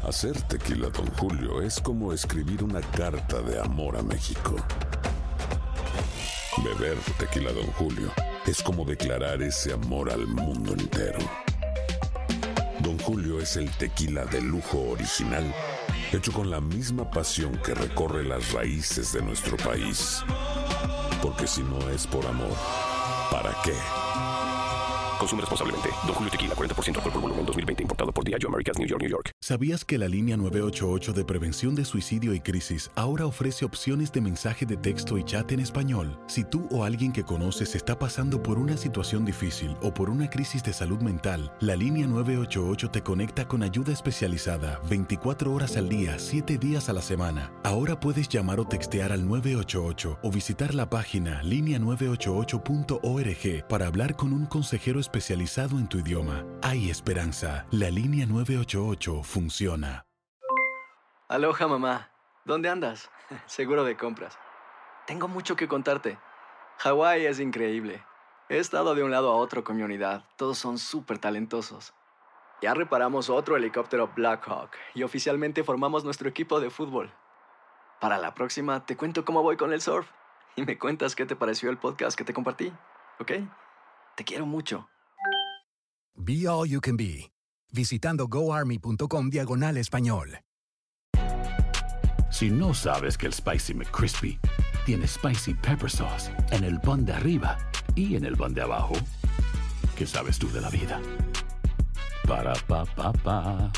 Hacer tequila Don Julio es como escribir una carta de amor a México. Beber tequila Don Julio es como declarar ese amor al mundo entero. Don Julio es el tequila de lujo original, hecho con la misma pasión que recorre las raíces de nuestro país. Porque si no es por amor, ¿para qué? Consume responsablemente. Don Julio Tequila, 40% alcohol por volumen, 2020. Importado por Diageo Americas, New York, New York. ¿Sabías que la línea 988 de prevención de suicidio y crisis ahora ofrece opciones de mensaje de texto y chat en español? Si tú o alguien que conoces está pasando por una situación difícil o por una crisis de salud mental, la línea 988 te conecta con ayuda especializada 24 horas al día, 7 días a la semana. Ahora puedes llamar o textear al 988 o visitar la página línea988.org para hablar con un consejero especializado en tu idioma. Hay esperanza. La línea 988 funciona. Aloha, mamá. ¿Dónde andas? Seguro de compras. Tengo mucho que contarte. Hawái es increíble. He estado de un lado a otro con mi unidad. Todos son súper talentosos. Ya reparamos otro helicóptero Blackhawk y oficialmente formamos nuestro equipo de fútbol. Para la próxima te cuento cómo voy con el surf y me cuentas qué te pareció el podcast que te compartí, ¿ok? Te quiero mucho. Be All You Can Be, visitando goarmy.com/español. Si no sabes que el Spicy McCrispy tiene Spicy Pepper Sauce en el pan de arriba y en el pan de abajo, ¿qué sabes tú de la vida? Para, pa, pa, pa.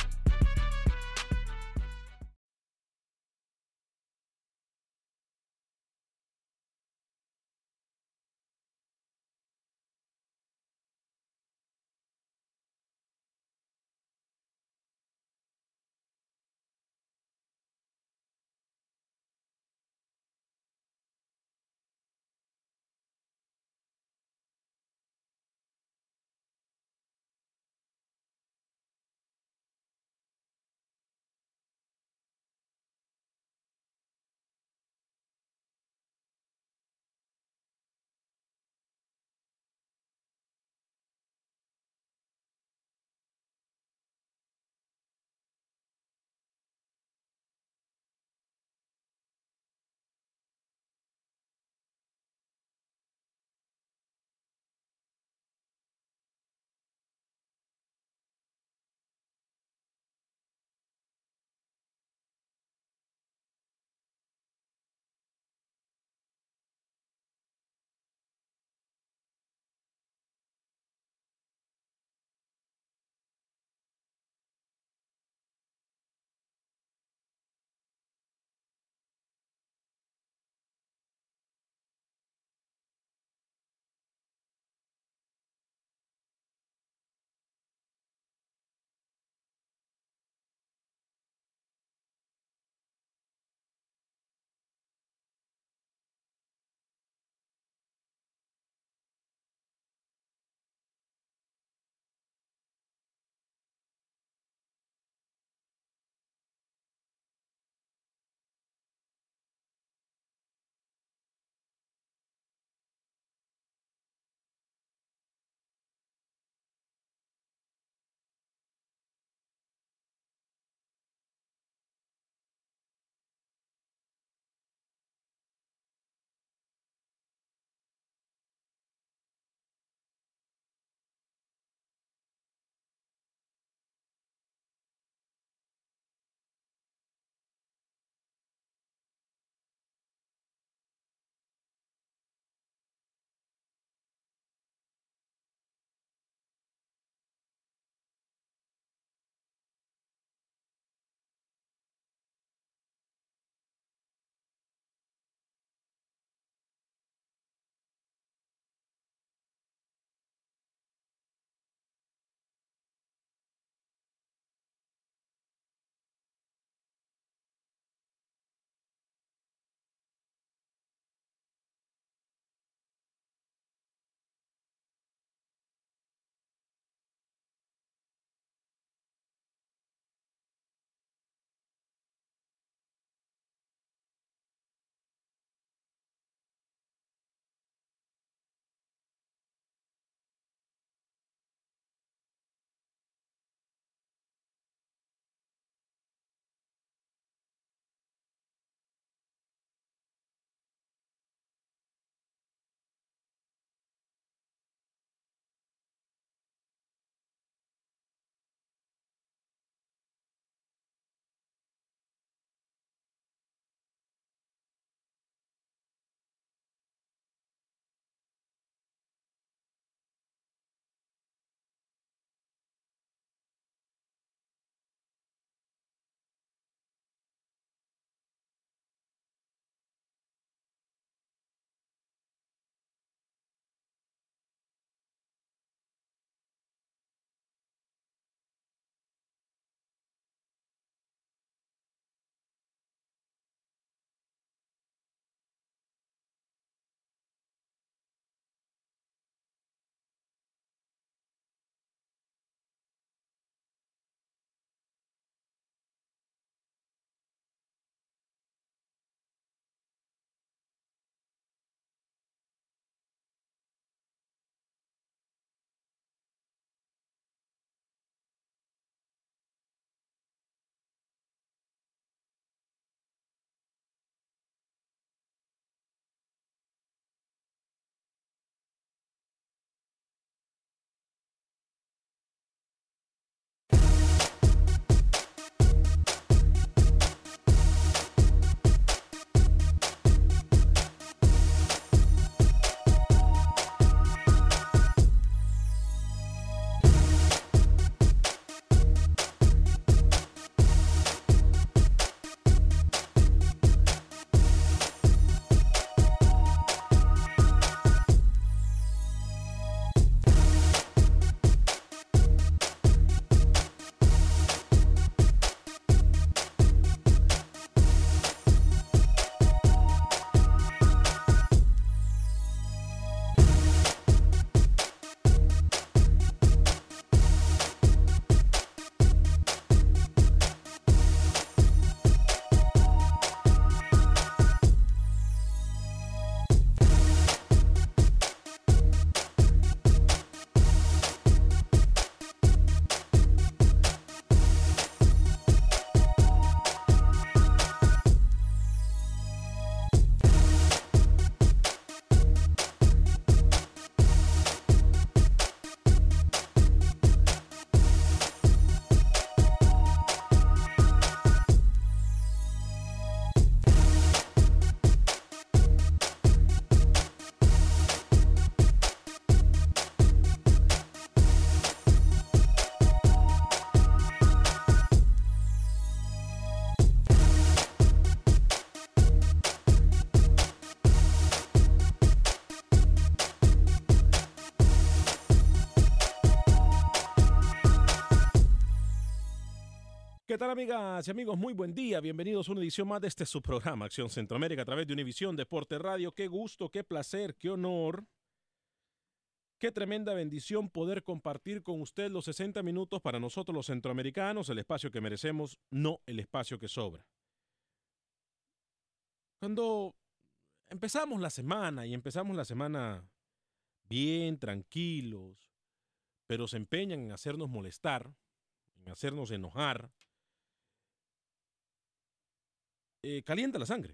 ¿Qué tal, amigas y amigos? Muy buen día. Bienvenidos a una edición más de este su programa, Acción Centroamérica, a través de Univisión Deporte Radio. Qué gusto, qué placer, qué honor, qué tremenda bendición poder compartir con usted los 60 minutos para nosotros los centroamericanos, el espacio que merecemos, no el espacio que sobra. Cuando empezamos la semana bien, tranquilos, pero se empeñan en hacernos molestar, en hacernos enojar, calienta la sangre.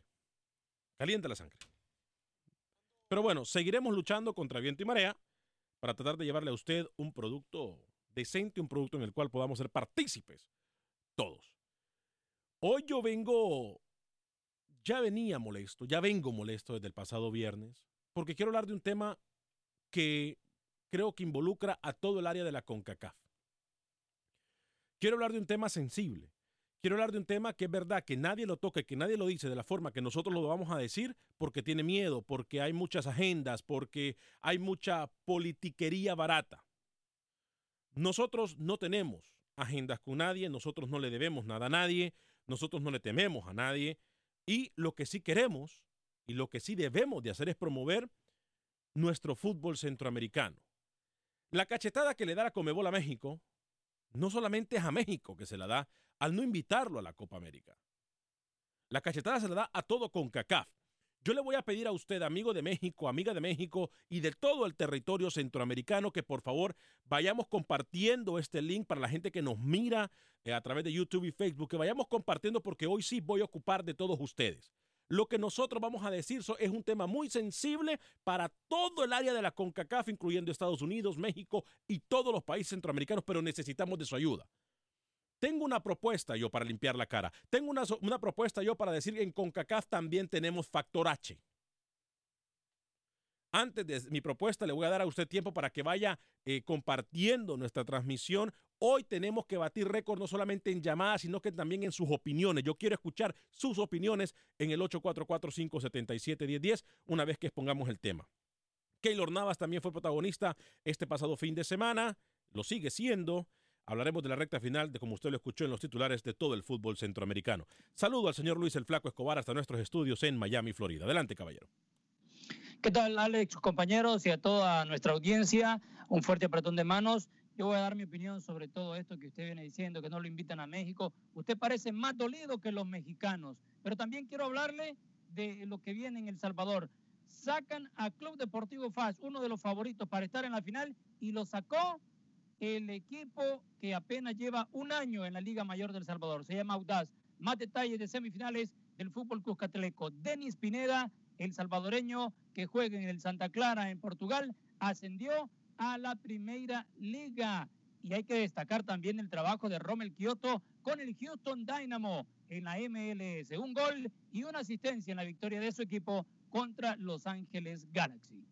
Pero bueno, seguiremos luchando contra viento y marea para tratar de llevarle a usted un producto decente, un producto en el cual podamos ser partícipes todos. Hoy yo vengo molesto desde el pasado viernes, porque quiero hablar de un tema que creo que involucra a todo el área de la CONCACAF. Quiero hablar de un tema sensible. Quiero hablar de un tema que es verdad, que nadie lo toque, que nadie lo dice de la forma que nosotros lo vamos a decir, porque tiene miedo, porque hay muchas agendas, porque hay mucha politiquería barata. Nosotros no tenemos agendas con nadie, nosotros no le debemos nada a nadie, nosotros no le tememos a nadie, y lo que sí queremos y lo que sí debemos de hacer es promover nuestro fútbol centroamericano. La cachetada que le da la Conmebol a México no solamente es a México que se la da al no invitarlo a la Copa América. La cachetada se la da a todo CONCACAF. Yo le voy a pedir a usted, amigo de México, amiga de México y de todo el territorio centroamericano, que por favor vayamos compartiendo este link para la gente que nos mira a través de YouTube y Facebook, que vayamos compartiendo porque hoy sí voy a ocupar de todos ustedes. Lo que nosotros vamos a decir es un tema muy sensible para todo el área de la CONCACAF, incluyendo Estados Unidos, México y todos los países centroamericanos, pero necesitamos de su ayuda. Tengo una propuesta yo para limpiar la cara. Tengo una propuesta yo para decir que en CONCACAF también tenemos factor H. Antes de mi propuesta, le voy a dar a usted tiempo para que vaya compartiendo nuestra transmisión. Hoy tenemos que batir récord no solamente en llamadas, sino que también en sus opiniones. Yo quiero escuchar sus opiniones en el 844-577-1010 una vez que expongamos el tema. Keylor Navas también fue protagonista este pasado fin de semana. Lo sigue siendo. Hablaremos de la recta final, de como usted lo escuchó en los titulares, de todo el fútbol centroamericano. Saludo al señor Luis el Flaco Escobar hasta nuestros estudios en Miami, Florida. Adelante, caballero. ¿Qué tal, Alex, compañeros y a toda nuestra audiencia? Un fuerte apretón de manos. Yo voy a dar mi opinión sobre todo esto que usted viene diciendo, que no lo invitan a México. Usted parece más dolido que los mexicanos. Pero también quiero hablarle de lo que viene en El Salvador. Sacan a Club Deportivo FAS, uno de los favoritos para estar en la final, y lo sacó el equipo que apenas lleva un año en la Liga Mayor de El Salvador. Se llama Audaz. Más detalles de semifinales del Fútbol Cuscatleco. Denis Pineda, el salvadoreño que juega en el Santa Clara en Portugal, ascendió a la Primera Liga. Y hay que destacar también el trabajo de Rommel Kioto con el Houston Dynamo en la MLS. Un gol y una asistencia en la victoria de su equipo contra Los Ángeles Galaxy.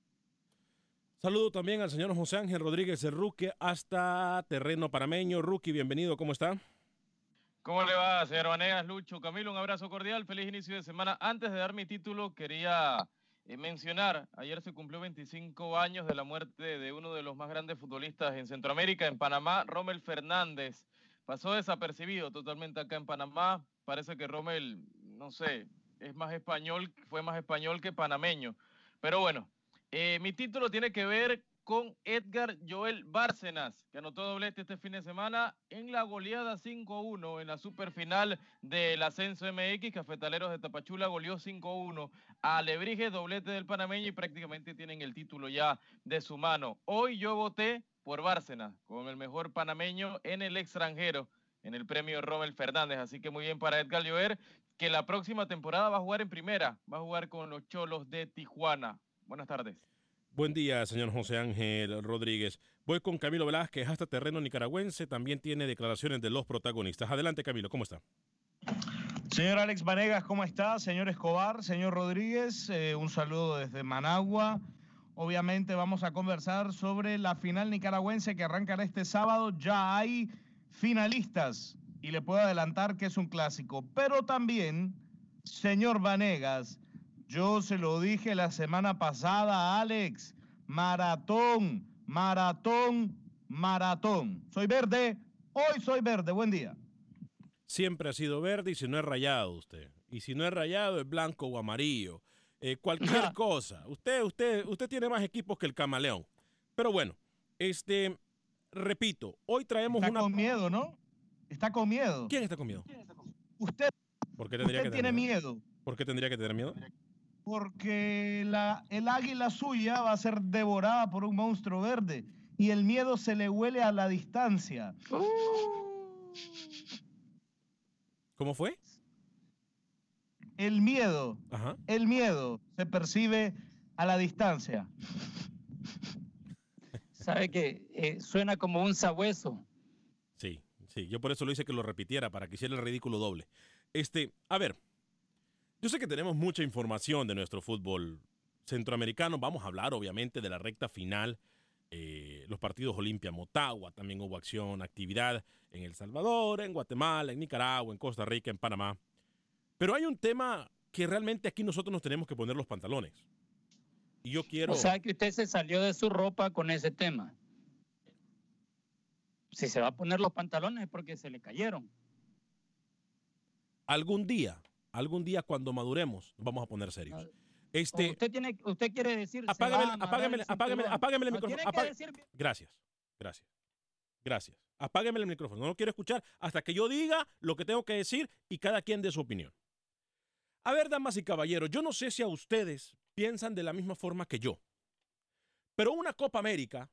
Saludo también al señor José Ángel Rodríguez, el Rookie, hasta terreno panameño. Rookie, bienvenido, ¿cómo está? ¿Cómo le va, señor Vanegas, Lucho, Camilo? Un abrazo cordial, feliz inicio de semana. Antes de dar mi título, quería mencionar, ayer se cumplió 25 años de la muerte de uno de los más grandes futbolistas en Centroamérica, en Panamá, Rommel Fernández. Pasó desapercibido totalmente acá en Panamá. Parece que Rommel, no sé, fue más español que panameño. Pero bueno, mi título tiene que ver con Edgar Joel Bárcenas, que anotó doblete este fin de semana en la goleada 5-1 en la superfinal del Ascenso MX. Cafetaleros de Tapachula goleó 5-1 a Alebrijes, doblete del panameño, y prácticamente tienen el título ya de su mano. Hoy yo voté por Bárcenas como el mejor panameño en el extranjero en el premio Rommel Fernández, así que muy bien para Edgar Joel, que la próxima temporada va a jugar en primera, va a jugar con los Cholos de Tijuana. Buenas tardes. Buen día, señor José Ángel Rodríguez. Voy con Camilo Velázquez hasta terreno nicaragüense. También tiene declaraciones de los protagonistas. Adelante, Camilo, ¿cómo está? Señor Alex Vanegas, ¿cómo está? Señor Escobar, señor Rodríguez, un saludo desde Managua. Obviamente vamos a conversar sobre la final nicaragüense que arrancará este sábado. Ya hay finalistas y le puedo adelantar que es un clásico. Pero también, señor Vanegas, yo se lo dije la semana pasada, Alex, maratón, maratón, maratón. Soy verde, hoy soy verde, buen día. siempre ha sido verde y si no es rayado usted. Y si no es rayado es blanco o amarillo. Cualquier cosa. Usted tiene más equipos que el camaleón. Pero bueno, repito, hoy traemos Está con miedo, ¿no? Está con miedo. ¿Quién está con miedo? Usted. ¿Por qué tendría Usted que tener tiene miedo. ¿Por qué tendría que tener miedo? Porque el águila suya va a ser devorada por un monstruo verde y el miedo se le huele a la distancia. ¿Cómo fue? El miedo se percibe a la distancia. ¿Sabe que suena como un sabueso? Sí, yo por eso lo hice que lo repitiera, para que hiciera el ridículo doble. A ver, yo sé que tenemos mucha información de nuestro fútbol centroamericano. Vamos a hablar, obviamente, de la recta final. Los partidos Olimpia Motagua, también hubo actividad en El Salvador, en Guatemala, en Nicaragua, en Costa Rica, en Panamá. Pero hay un tema que realmente aquí nosotros nos tenemos que poner los pantalones. Y yo quiero... O sea que usted se salió de su ropa con ese tema. Si se va a poner los pantalones es porque se le cayeron. Algún día cuando maduremos, nos vamos a poner serios. Usted quiere decir... Apágueme el micrófono. Gracias. Apágueme el micrófono. No lo quiero escuchar hasta que yo diga lo que tengo que decir y cada quien dé su opinión. A ver, damas y caballeros, yo no sé si a ustedes piensan de la misma forma que yo, pero una Copa América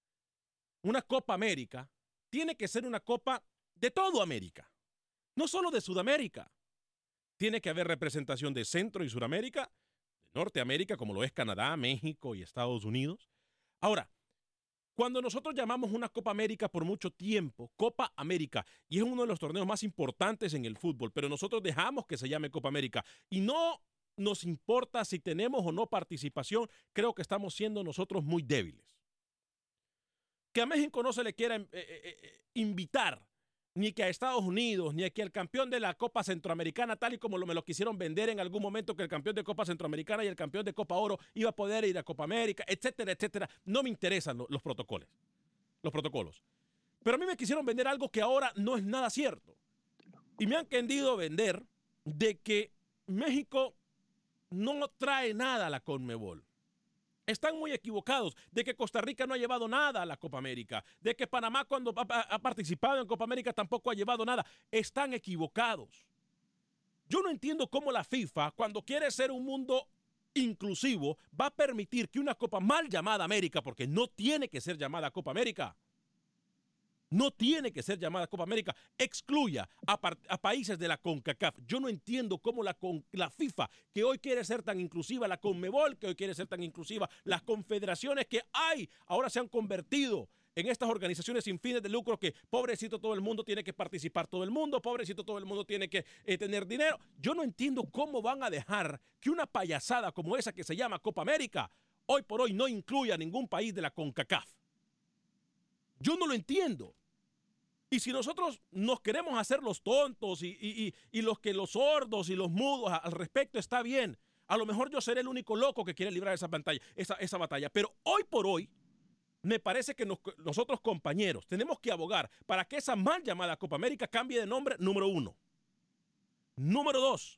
tiene que ser una Copa de todo América, no solo de Sudamérica. Tiene que haber representación de Centro y Suramérica, de Norteamérica, como lo es Canadá, México y Estados Unidos. Ahora, cuando nosotros llamamos una Copa América por mucho tiempo, Copa América, y es uno de los torneos más importantes en el fútbol, pero nosotros dejamos que se llame Copa América y no nos importa si tenemos o no participación, creo que estamos siendo nosotros muy débiles. Que a México no se le quiera invitar, ni que a Estados Unidos, ni que al campeón de la Copa Centroamericana, tal y como me lo quisieron vender en algún momento, que el campeón de Copa Centroamericana y el campeón de Copa Oro iba a poder ir a Copa América, etcétera, etcétera. No me interesan los protocolos. Pero a mí me quisieron vender algo que ahora no es nada cierto. Y me han querido vender de que México no trae nada a la CONMEBOL. Están muy equivocados de que Costa Rica no ha llevado nada a la Copa América, de que Panamá cuando ha participado en Copa América tampoco ha llevado nada. Están equivocados. Yo no entiendo cómo la FIFA, cuando quiere ser un mundo inclusivo, va a permitir que una Copa mal llamada América, porque no tiene que ser llamada Copa América, excluya a países de la CONCACAF. Yo no entiendo cómo la FIFA, que hoy quiere ser tan inclusiva, la CONMEBOL, que hoy quiere ser tan inclusiva, las confederaciones que hay, ahora se han convertido en estas organizaciones sin fines de lucro que pobrecito todo el mundo tiene que participar, pobrecito todo el mundo tiene que tener dinero. Yo no entiendo cómo van a dejar que una payasada como esa que se llama Copa América, hoy por hoy no incluya a ningún país de la CONCACAF. Yo no lo entiendo. Y si nosotros nos queremos hacer los tontos y los sordos y los mudos al respecto, está bien. A lo mejor yo seré el único loco que quiere librar esa batalla. Pero hoy por hoy, me parece que nosotros compañeros tenemos que abogar para que esa mal llamada Copa América cambie de nombre, número 1. Número 2,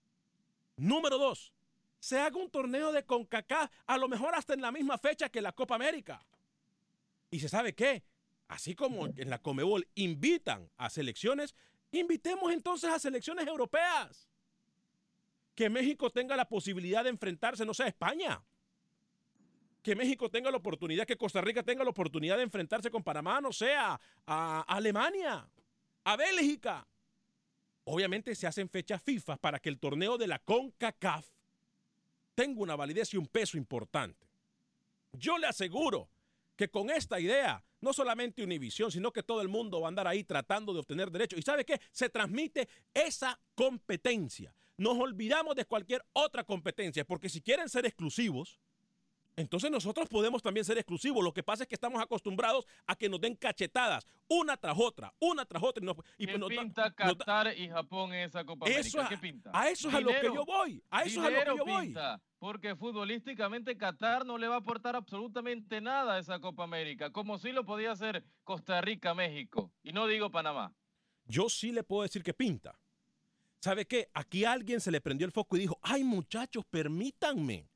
se haga un torneo de CONCACAF, a lo mejor hasta en la misma fecha que la Copa América. ¿Y se sabe qué? Así como en la CONMEBOL invitan a selecciones, invitemos entonces a selecciones europeas. Que México tenga la posibilidad de enfrentarse, no sé, a España. Que México tenga la oportunidad, que Costa Rica tenga la oportunidad de enfrentarse con Panamá, no sé, a Alemania, a Bélgica. Obviamente se hacen fechas FIFA para que el torneo de la CONCACAF tenga una validez y un peso importante. Yo le aseguro que con esta idea, no solamente Univisión, sino que todo el mundo va a andar ahí tratando de obtener derechos. ¿Y sabe qué? Se transmite esa competencia. Nos olvidamos de cualquier otra competencia, porque si quieren ser exclusivos, entonces nosotros podemos también ser exclusivos. Lo que pasa es que estamos acostumbrados a que nos den cachetadas, una tras otra. ¿Qué pinta Qatar y Japón en esa Copa América? ¿Qué pinta? A eso es a lo que yo voy. Pinta, porque futbolísticamente Qatar no le va a aportar absolutamente nada a esa Copa América, como sí lo podía hacer Costa Rica, México, y no digo Panamá. yo sí le puedo decir que pinta. ¿Sabe qué? Aquí a alguien se le prendió el foco y dijo, ay muchachos, permítanme.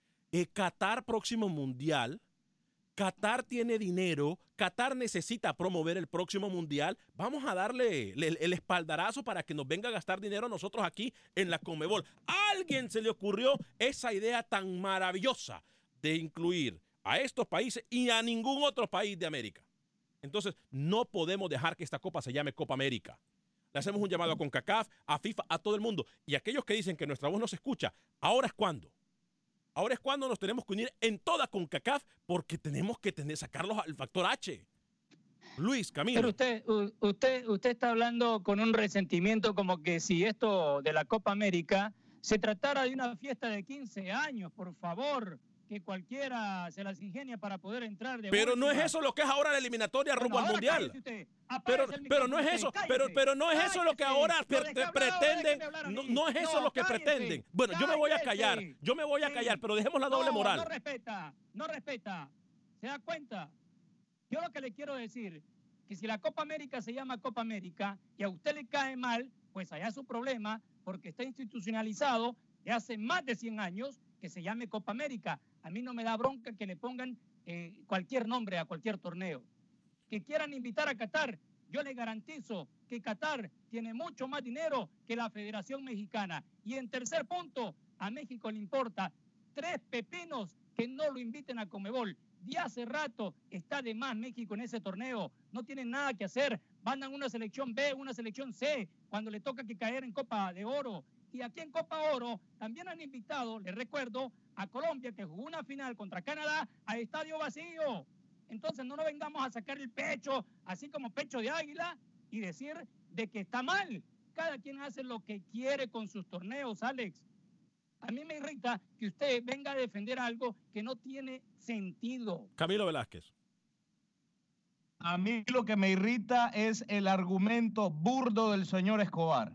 Qatar próximo mundial, Qatar tiene dinero, Qatar necesita promover el próximo mundial, vamos a darle el espaldarazo para que nos venga a gastar dinero a nosotros aquí en la Conmebol. A alguien se le ocurrió esa idea tan maravillosa de incluir a estos países y a ningún otro país de América. Entonces, no podemos dejar que esta copa se llame Copa América. Le hacemos un llamado a CONCACAF, a FIFA, a todo el mundo. Y aquellos que dicen que nuestra voz no se escucha, ¿ahora es cuándo? Ahora es cuando nos tenemos que unir en toda CONCACAF porque tenemos que sacarlos al factor H. Luis, Camilo. Pero usted está hablando con un resentimiento como que si esto de la Copa América se tratara de una fiesta de 15 años, por favor, que cualquiera se las ingenia para poder entrar de Pero última. no es eso lo que es ahora la eliminatoria rumbo al mundial. Pero no es eso, pero no es eso lo que ahora pretenden. No es eso lo que pretenden. Bueno, yo me voy a callar, pero dejemos la doble moral. No respeta. ¿Se da cuenta? Yo lo que le quiero decir, que si la Copa América se llama Copa América y a usted le cae mal, pues allá es su problema, porque está institucionalizado de hace más de 100 años que se llame Copa América. A mí no me da bronca que le pongan cualquier nombre a cualquier torneo. Que quieran invitar a Qatar, yo le garantizo que Qatar tiene mucho más dinero que la Federación Mexicana. Y en tercer punto, a México le importa 3 pepinos que no lo inviten a Conmebol. De hace rato está de más México en ese torneo. No tienen nada que hacer. Mandan una selección B, una selección C, cuando le toca que caer en Copa de Oro. Y aquí en Copa Oro también han invitado, les recuerdo, a Colombia, que jugó una final contra Canadá a estadio vacío. Entonces no nos vengamos a sacar el pecho, así como pecho de águila, y decir de que está mal. Cada quien hace lo que quiere con sus torneos, Alex. A mí me irrita que usted venga a defender algo que no tiene sentido. Camilo Velázquez. A mí lo que me irrita es el argumento burdo del señor Escobar.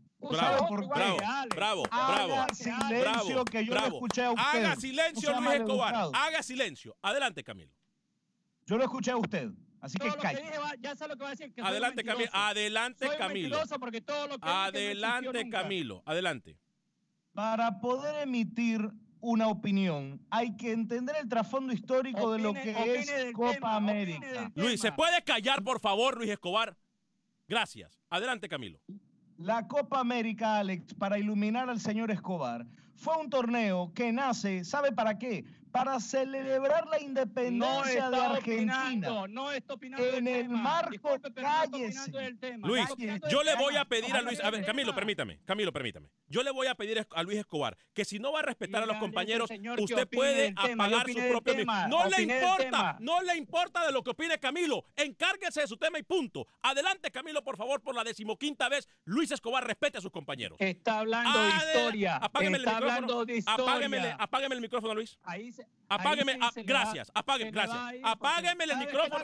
Bravo. Haga silencio, que yo lo escuché a usted. Haga silencio, Luis Escobar. Haga silencio. Adelante, Camilo. Yo lo escuché a usted, así que calle. Ya sé lo que va a decir. Que adelante, Camilo. Adelante, Camilo. Porque todo lo que adelante, no Camilo. Adelante. Para poder emitir una opinión, hay que entender el trasfondo histórico de lo que es Copa América. Luis, ¿se puede callar, por favor, Luis Escobar? Gracias. Adelante, Camilo. La Copa América, Alex, para iluminar al señor Escobar, fue un torneo que nace, ¿sabe para qué? Para celebrar la independencia de Argentina. No está opinando en el marco, cállese. Luis, yo le voy a pedir a Luis, a ver, Camilo, permítame. Yo le voy a pedir a Luis Escobar que si no va a respetar a los compañeros, usted puede apagar su propio micrófono. No le importa de lo que opine Camilo. Encárguese de su tema y punto. Adelante, Camilo, por favor, por la 15ª vez. Luis Escobar, respete a sus compañeros. Está hablando de historia. Apágueme el micrófono. Apágueme el micrófono, Luis. Apágueme, gracias, apágueme el micrófono.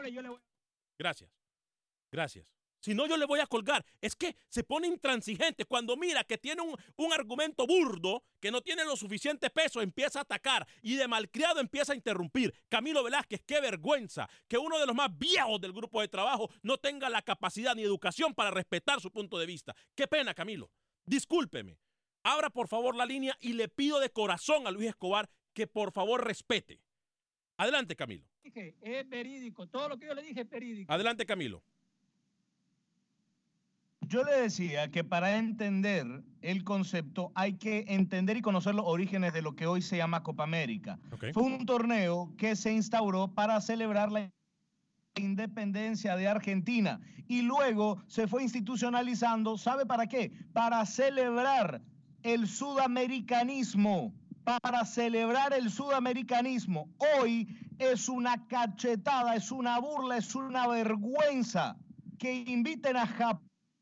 Gracias. Si no, yo le voy a colgar. Es que se pone intransigente cuando mira que tiene un argumento burdo, que no tiene lo suficiente peso, empieza a atacar y de malcriado empieza a interrumpir. Camilo Velázquez, qué vergüenza que uno de los más viejos del grupo de trabajo no tenga la capacidad ni educación para respetar su punto de vista. Qué pena, Camilo. Discúlpeme. Abra por favor la línea y le pido de corazón a Luis Escobar que por favor respete. Adelante, Camilo. Es verídico, todo lo que yo le dije es verídico. Adelante, Camilo. Yo le decía que para entender el concepto hay que entender y conocer los orígenes de lo que hoy se llama Copa América. Okay. Fue un torneo que se instauró para celebrar la independencia de Argentina y luego se fue institucionalizando, ¿sabe para qué? Para celebrar el sudamericanismo. Para celebrar el sudamericanismo. Hoy es una cachetada, es una burla, es una vergüenza que inviten a Japón,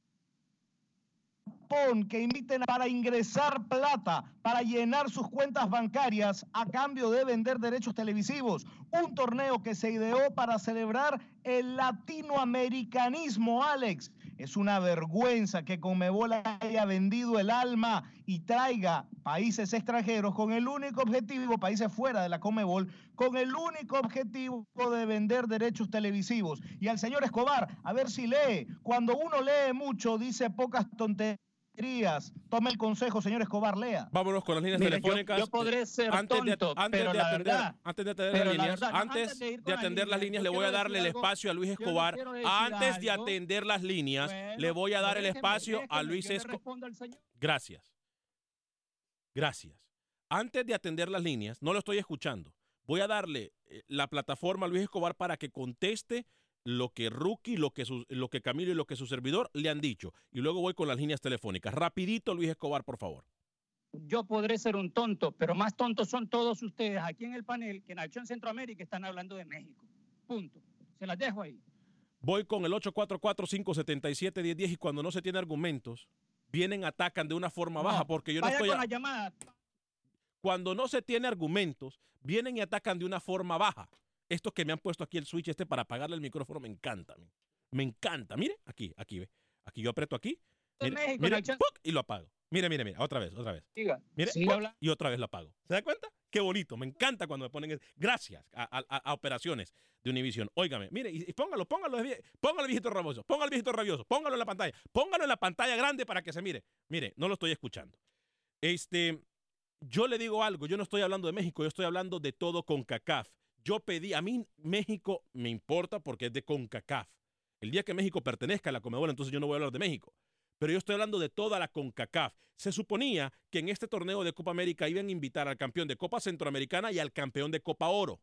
que inviten para ingresar plata, para llenar sus cuentas bancarias a cambio de vender derechos televisivos. Un torneo que se ideó para celebrar el latinoamericanismo, Alex. Es una vergüenza que Conmebol haya vendido el alma y traiga países extranjeros con el único objetivo, países fuera de la Conmebol, con el único objetivo de vender derechos televisivos. Y al señor Escobar, a ver si lee. Cuando uno lee mucho, dice pocas tonterías. Tome el consejo, señor Escobar, lea. Vámonos con las líneas telefónicas. Yo podré ser tonto, pero la verdad... Antes de atender las líneas, le voy a darle el espacio a Luis Escobar. Antes de atender las líneas, le voy a dar el espacio a Luis Escobar. Gracias. Antes de atender las líneas, no lo estoy escuchando. Voy a darle la plataforma a Luis Escobar para que conteste lo que Rookie, lo que Camilo y lo que su servidor le han dicho. Y luego voy con las líneas telefónicas. Rapidito, Luis Escobar, por favor. Yo podré ser un tonto, pero más tontos son todos ustedes aquí en el panel que en Acción Centroamérica están hablando de México. Punto. Se las dejo ahí. Voy con el 844-577-1010 y cuando no se tiene argumentos, vienen, atacan de una forma baja porque yo no estoy... Vaya con la llamada. Cuando no se tiene argumentos, vienen y atacan de una forma baja. Estos que me han puesto aquí el switch para apagarle el micrófono me encanta. Me encanta. Mire, aquí ve. Aquí yo aprieto aquí. Mire, ¡puc! Y lo apago. Mire. Otra vez. Siga. Mire, y otra vez lo apago. ¿Se da cuenta? Qué bonito. Me encanta cuando me ponen... Gracias a operaciones de Univision. Óigame, mire, y póngalo, viejito rabioso. Póngalo en la pantalla. Póngalo en la pantalla grande para que se mire. Mire, no lo estoy escuchando. Yo le digo algo. Yo no estoy hablando de México. Yo estoy hablando de todo CONCACAF. Yo pedí, a mí México me importa porque es de CONCACAF. El día que México pertenezca a la Conmebol, entonces yo no voy a hablar de México. Pero yo estoy hablando de toda la CONCACAF. Se suponía que en este torneo de Copa América iban a invitar al campeón de Copa Centroamericana y al campeón de Copa Oro.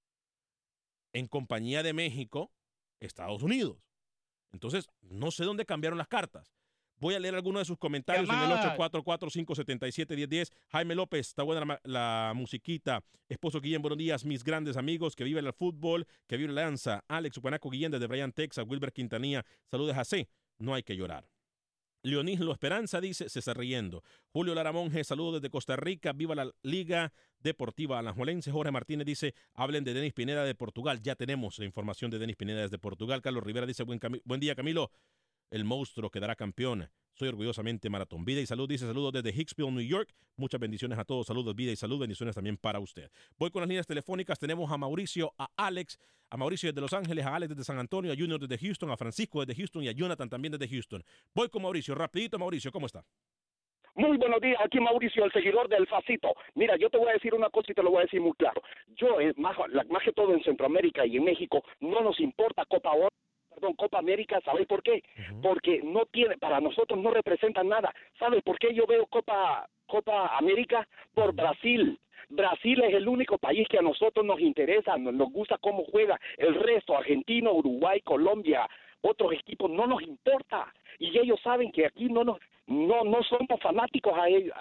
En compañía de México, Estados Unidos. Entonces, no sé dónde cambiaron las cartas. Voy a leer algunos de sus comentarios en el 844-577-1010. Jaime López, está buena la musiquita. Esposo Guillén, buenos días, mis grandes amigos, que vive el fútbol, que vive la danza. Alex Upanaco Guillén desde Bryan, Texas. Wilber Quintanilla, saludos a C. No hay que llorar. Leonislo Esperanza dice, se está riendo. Julio Lara Monge, saludos desde Costa Rica. Viva la Liga Deportiva Alajuelense. Jorge Martínez dice, hablen de Denis Pineda de Portugal. Ya tenemos la información de Denis Pineda desde Portugal. Carlos Rivera dice, buen día, Camilo. El monstruo quedará campeón. Soy orgullosamente Maratón. Vida y salud, dice, saludos desde Hicksville, New York. Muchas bendiciones a todos. Saludos, vida y salud. Bendiciones también para usted. Voy con las líneas telefónicas. Tenemos a Mauricio, a Alex, a Mauricio desde Los Ángeles, a Alex desde San Antonio, a Junior desde Houston, a Francisco desde Houston y a Jonathan también desde Houston. Voy con Mauricio. Rapidito, Mauricio, ¿cómo está? Muy buenos días, aquí Mauricio, el seguidor del Facito. Mira, yo te voy a decir una cosa y te lo voy a decir muy claro. Yo, más que todo en Centroamérica y en México, no nos importa Copa América, ¿sabes por qué? Porque no tiene, para nosotros no representa nada. ¿Sabes por qué yo veo Copa América? Por Brasil. Brasil es el único país que a nosotros nos interesa, nos gusta cómo juega. El resto, Argentina, Uruguay, Colombia, otros equipos, no nos importa. Y ellos saben que aquí no somos fanáticos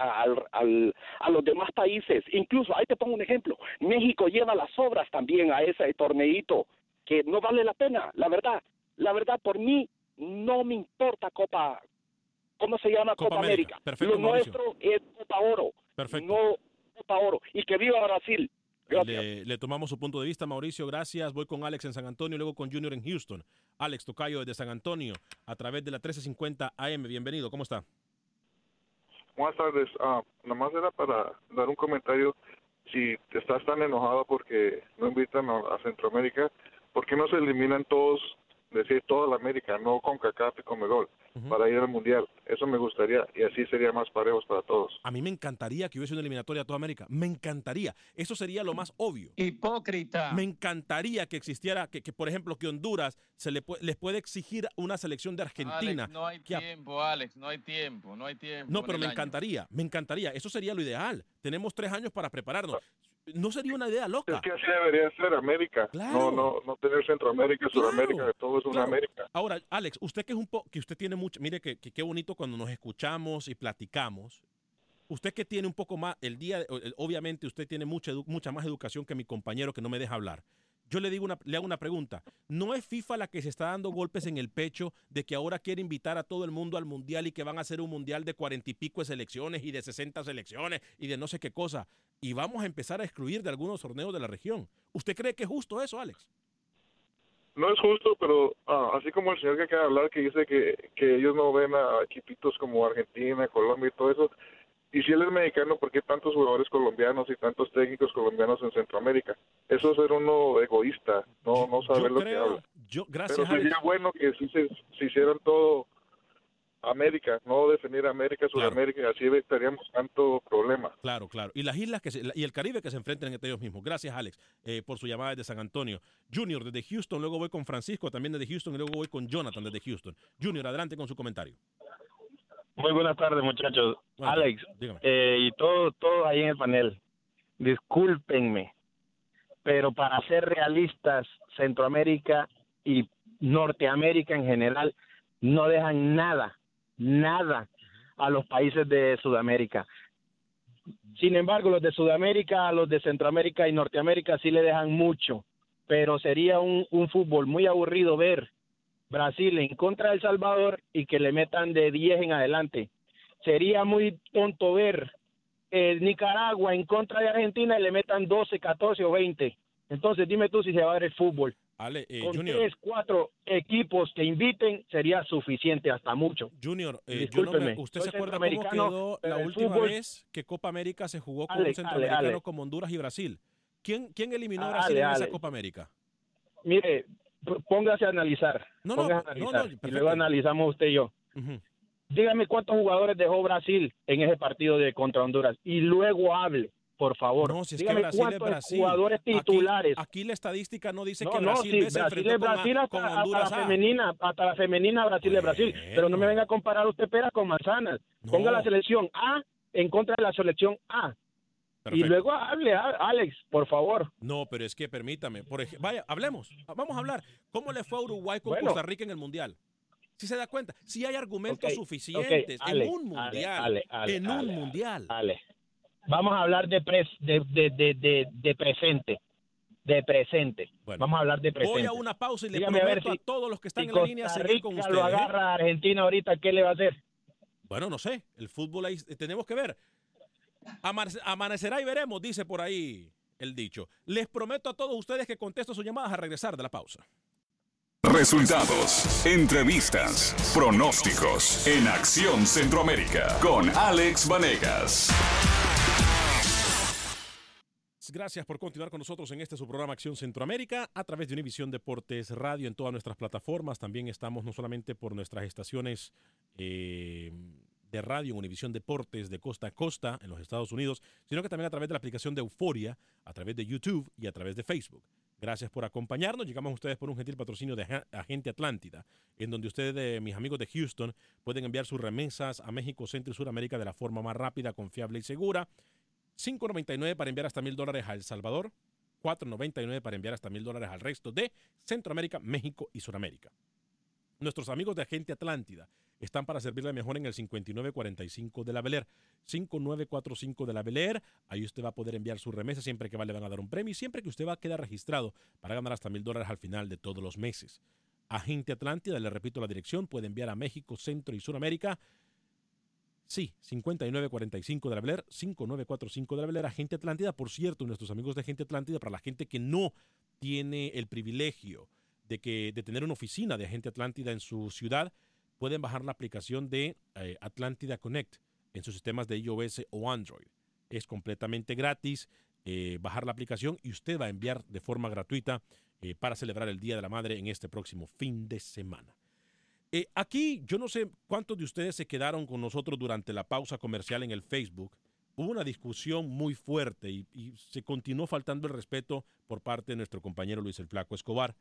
a los demás países. Incluso, ahí te pongo un ejemplo, México lleva las obras también a ese torneito, que no vale la pena, la verdad. La verdad, por mí, no me importa Copa América. Perfecto, lo nuestro es Copa Oro. Perfecto. No Copa Oro. Y que viva Brasil. Gracias. Le tomamos su punto de vista, Mauricio, gracias. Voy con Alex en San Antonio, luego con Junior en Houston. Alex Tocayo desde San Antonio, a través de la 1350 AM. Bienvenido, ¿cómo está? Buenas tardes. Nomás era para dar un comentario. Si te estás tan enojado porque no invitan a Centroamérica, ¿por qué no se eliminan todos, decir toda la América, no con CONCACAF y Conmebol, para ir al Mundial? Eso me gustaría, y así sería más parejos para todos. A mí me encantaría que hubiese una eliminatoria a toda América. Me encantaría. Eso sería lo más obvio. Hipócrita. Me encantaría que existiera, que por ejemplo, que Honduras les puede exigir una selección de Argentina. Alex, no hay tiempo, Alex, no hay tiempo. No, pero me encantaría. Eso sería lo ideal. Tenemos 3 años para prepararnos. No sería una idea loca. Es que así debería ser América. Claro. No tener Centroamérica y Sudamérica, de todo es una América. Ahora, Alex, usted que usted tiene mucho, mire que qué bonito cuando nos escuchamos y platicamos. Usted que tiene un poco más, obviamente usted tiene mucha más educación que mi compañero que no me deja hablar. Yo le hago una pregunta. ¿No es FIFA la que se está dando golpes en el pecho de que ahora quiere invitar a todo el mundo al mundial y que van a hacer un mundial de 40 y pico de selecciones y de 60 selecciones y de no sé qué cosa? Y vamos a empezar a excluir de algunos torneos de la región. ¿Usted cree que es justo eso, Alex? no es justo, pero así como el señor que acaba de hablar, que dice que ellos no ven a equipitos como Argentina, Colombia y todo eso, y si él es mexicano, ¿por qué tantos jugadores colombianos y tantos técnicos colombianos en Centroamérica? Eso es ser uno egoísta, no saber lo que habla. Gracias, pero sería Alex. bueno que si hicieran todo América, no definir América, Sudamérica, así evitaríamos tanto problema. Claro. Y las islas y el Caribe que se enfrenten entre ellos mismos. Gracias, Alex, por su llamada desde San Antonio. Junior, desde Houston, luego voy con Francisco, también desde Houston, y luego voy con Jonathan, desde Houston. Junior, adelante con su comentario. Muy buenas tardes, muchachos. Bueno, Alex, dígame. y todo ahí en el panel. Discúlpenme, pero para ser realistas, Centroamérica y Norteamérica en general no dejan nada a los países de Sudamérica. Sin embargo, los de Sudamérica, los de Centroamérica y Norteamérica sí le dejan mucho, pero sería un fútbol muy aburrido ver Brasil en contra de El Salvador y que le metan de 10 en adelante. Sería muy tonto ver Nicaragua en contra de Argentina y le metan 12, 14 o 20. Entonces dime tú si se va a ver el fútbol. Ale, Con Junior. 3, 4 equipos que inviten sería suficiente, hasta mucho. Junior, Discúlpeme, ¿usted soy se acuerda cómo centroamericano, quedó pero la el última fútbol- vez que Copa América se jugó con Ale, un centroamericano Ale. como Honduras y Brasil? ¿Quién eliminó a Ale, Brasil en esa Ale. Copa América? Mire, póngase a analizar. Póngase a analizar. Y perfecto. luego analizamos usted y yo. Ujú. Dígame cuántos jugadores dejó Brasil en ese partido de contra Honduras y luego hable, por favor. No, si es que Dígame Brasil es cuántos Brasil. jugadores titulares. Aquí la estadística no dice No, que no, Brasil sí, B se Brasil enfrentó es Brasil con hasta Honduras la A. femenina, hasta la femenina Brasil es Brasil. Pero no me venga a comparar usted peras con manzanas. Ponga la selección A en contra de la selección A. Perfecto. Y luego hable, Alex, por favor. No, pero es que permítame. Vaya, hablemos. Vamos a hablar. ¿Cómo le fue a Uruguay con Bueno. Costa Rica en el Mundial? Si se da cuenta, si hay argumentos Ok, suficientes Ale, en un mundial. Ale, en un mundial. Ale. Vamos a hablar de presente. De presente. Bueno, Vamos a hablar de presente. Voy a una pausa y le Dígame a ver prometo a si- todos los que están si en la línea Costa seguir con Rica ustedes. lo agarra a Argentina ahorita, ¿qué le va a hacer? Bueno, no sé. El fútbol ahí tenemos que ver. Amanecerá y veremos, dice por ahí el dicho. Les prometo a todos ustedes que contesto sus llamadas a regresar de la pausa. Resultados, entrevistas, pronósticos en Acción Centroamérica con Alex Vanegas. Gracias por continuar con nosotros en este su programa Acción Centroamérica a través de Univisión Deportes Radio en todas nuestras plataformas. También estamos no solamente por nuestras estaciones de radio en Univisión Deportes de costa a costa en los Estados Unidos, sino que también a través de la aplicación de Euforia, a través de YouTube y a través de Facebook. Gracias por acompañarnos. Llegamos a ustedes por un gentil patrocinio de Agente Atlántida, en donde ustedes, mis amigos de Houston, pueden enviar sus remesas a México, Centro y Sudamérica de la forma más rápida, confiable y segura. $5.99 para enviar hasta $1,000 a El Salvador, $4.99 para enviar hasta $1,000 al resto de Centroamérica, México y Sudamérica. Nuestros amigos de Agente Atlántida están para servirle mejor en el 5945 de la Bel Air, 5945 de la Bel Air. Ahí usted va a poder enviar su remesa siempre que le van a dar un premio y siempre que usted va a quedar registrado para ganar hasta $1,000 al final de todos los meses. Agente Atlántida, le repito la dirección, puede enviar a México, Centro y Sudamérica. Sí, 5945 de la Bel Air, 5945 de la Bel Air, Agente Atlántida. Por cierto, nuestros amigos de Agente Atlántida, para la gente que no tiene el privilegio de tener una oficina de Agente Atlántida en su ciudad, pueden bajar la aplicación de Atlántida Connect en sus sistemas de iOS o Android. Es completamente gratis bajar la aplicación y usted va a enviar de forma gratuita para celebrar el Día de la Madre en este próximo fin de semana. Aquí yo no sé cuántos de ustedes se quedaron con nosotros durante la pausa comercial en el Facebook. Hubo una discusión muy fuerte y se continuó faltando el respeto por parte de nuestro compañero Luis el Flaco Escobar.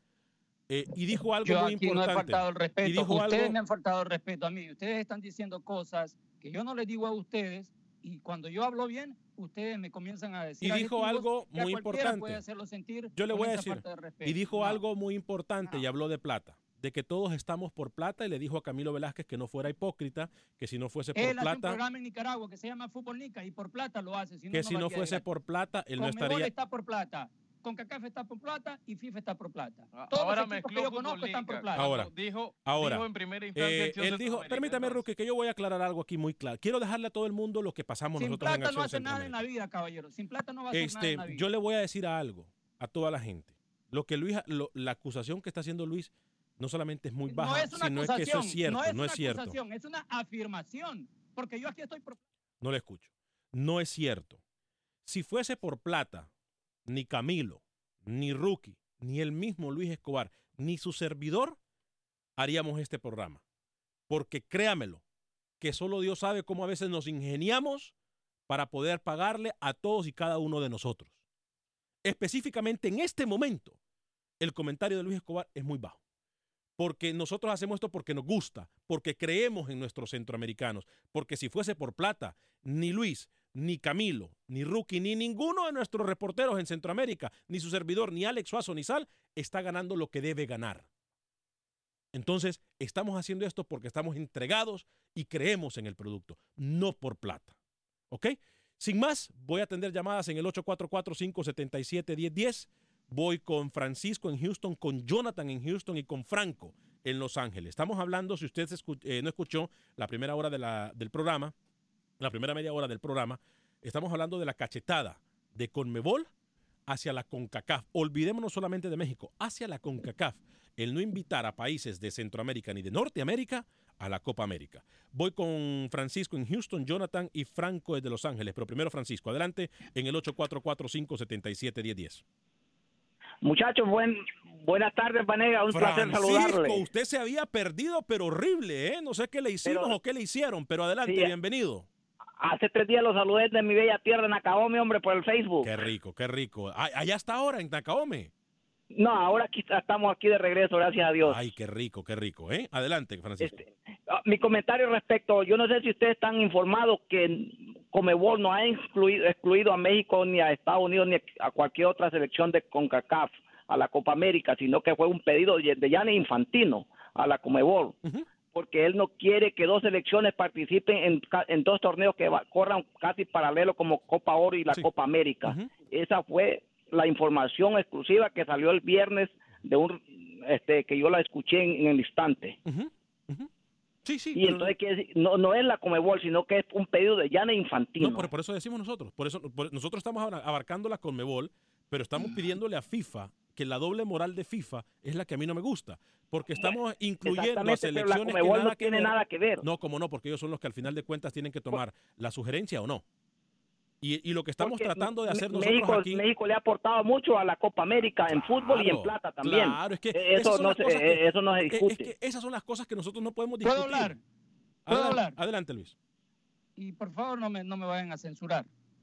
Y dijo algo Yo muy aquí importante. no he faltado el respeto. Y dijo Ustedes algo, me han faltado el respeto a mí. Ustedes están diciendo cosas que yo no les digo a ustedes y cuando yo hablo bien, ustedes me comienzan a decir. y dijo algo que a muy cualquiera importante. puede hacerlo sentir Yo le con voy a esa decir. falta de respeto. Y dijo No. algo muy importante y habló de plata. De que todos estamos por plata y le dijo a Camilo Velázquez que no fuera hipócrita, que si no fuese por Él hace un plata, programa en Nicaragua que se llama Fútbol Nica y por plata lo hace. que si no fuese por plata, él no Conmebol estaría. está por plata, CONCACAF está por plata y FIFA está por plata. Ahora Todos los equipos mezcló que yo conozco Fútbol están por Nica. plata. Ahora, Dijo en primera instancia Acción él dijo, Centroamérica, permítame, entonces. Ruki, que yo voy a aclarar algo aquí muy claro. Quiero dejarle a todo el mundo lo que pasamos Sin nosotros en plata no Acción hace nada en Centroamérica. la vida, caballero. Sin plata no va a hacer nada en la vida. Yo le voy a decir algo a toda la gente. la acusación que está haciendo Luis no solamente es muy baja, No es una sino acusación, es que eso es cierto, no es cierto. Acusación, es una afirmación, porque yo aquí estoy... No le escucho. No es cierto. Si fuese por plata, ni Camilo, ni Rookie, ni el mismo Luis Escobar, ni su servidor, haríamos este programa. Porque créamelo, que solo Dios sabe cómo a veces nos ingeniamos para poder pagarle a todos y cada uno de nosotros. Específicamente en este momento, el comentario de Luis Escobar es muy bajo. Porque nosotros hacemos esto porque nos gusta, porque creemos en nuestros centroamericanos, porque si fuese por plata, ni Luis, ni Camilo, ni Rookie, ni ninguno de nuestros reporteros en Centroamérica, ni su servidor, ni Alex Suazo, ni Sal, está ganando lo que debe ganar. Entonces, estamos haciendo esto porque estamos entregados y creemos en el producto, no por plata. ¿Ok? Sin más, voy a atender llamadas en el 844-577-1010. Voy con Francisco en Houston, con Jonathan en Houston y con Franco en Los Ángeles. Estamos hablando, si usted no escuchó la primera hora del programa, la primera media hora del programa, estamos hablando de la cachetada de CONMEBOL hacia la CONCACAF. Olvidémonos solamente de México, hacia la CONCACAF. El no invitar a países de Centroamérica ni de Norteamérica a la Copa América. Voy con Francisco en Houston, Jonathan y Franco desde Los Ángeles. Pero primero Francisco, adelante en el 844-577-1010. Muchachos, buenas tardes, Vanega. Un placer saludarle. Francisco, usted se había perdido, pero horrible, ¿eh? No sé qué le hicimos o qué le hicieron, pero adelante, sí, bienvenido. Hace 3 días los saludé de mi bella tierra, Nacaome, hombre, por el Facebook. Qué rico, qué rico. Allá está ahora, en Nacaome. No, ahora estamos aquí de regreso, gracias a Dios. Ay, qué rico, ¿eh? Adelante, Francisco. Mi comentario respecto, yo no sé si ustedes están informados que CONMEBOL no ha excluido a México ni a Estados Unidos ni a cualquier otra selección de CONCACAF a la Copa América, sino que fue un pedido de Gianni Infantino a la CONMEBOL, porque él no quiere que 2 selecciones participen en 2 torneos que corran casi paralelo como Copa Oro y la Copa América. Esa fue la información exclusiva que salió el viernes de que yo la escuché en el instante. Sí, y entonces que no es la CONMEBOL, sino que es un pedido de Gianni Infantino. No, por eso decimos nosotros. Por eso nosotros estamos abarcando la CONMEBOL, pero estamos pidiéndole a FIFA que la doble moral de FIFA es la que a mí no me gusta, porque estamos incluyendo a selecciones que nada no tiene nada que ver. No, como no, porque ellos son los que al final de cuentas tienen que tomar la sugerencia o no. Y lo que estamos tratando de hacer nosotros aquí... México le ha aportado mucho a la Copa América en fútbol y en plata también. Claro, es que eso no se discute. Es que esas son las cosas que nosotros no podemos ¿Puedo discutir. hablar? Adelante, Luis. Y por favor no me vayan a censurar.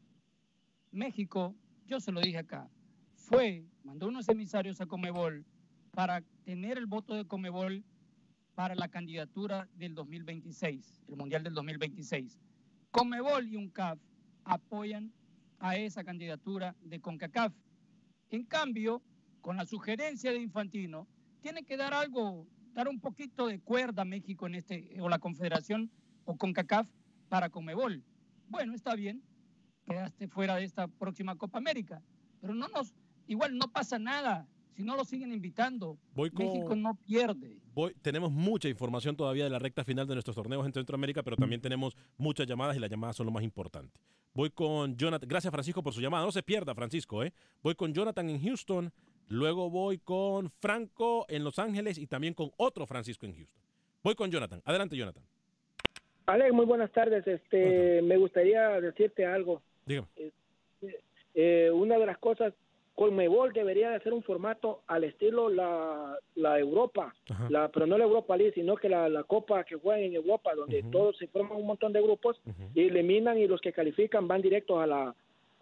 México, yo se lo dije acá, mandó unos emisarios a CONMEBOL para tener el voto de CONMEBOL para la candidatura del 2026, el Mundial del 2026. CONMEBOL y UNCAF apoyan a esa candidatura de CONCACAF. En cambio, con la sugerencia de Infantino, tiene que dar un poquito de cuerda a México o la Confederación o CONCACAF para CONMEBOL. Bueno, está bien, quedaste fuera de esta próxima Copa América, pero igual no pasa nada. Si no lo siguen invitando, México no pierde. Tenemos mucha información todavía de la recta final de nuestros torneos en Centroamérica, pero también tenemos muchas llamadas y las llamadas son lo más importante. Voy con Jonathan. Gracias, Francisco, por su llamada. No se pierda, Francisco. Voy con Jonathan en Houston, luego voy con Franco en Los Ángeles y también con otro Francisco en Houston. Voy con Jonathan. Adelante, Jonathan. Alex, muy buenas tardes. Me gustaría decirte algo. Dígame. Una de las cosas, CONMEBOL debería de hacer un formato al estilo la Europa, pero no la Europa League, sino que la Copa que juegan en Europa, donde todos se forman un montón de grupos y eliminan, y los que califican van directos a la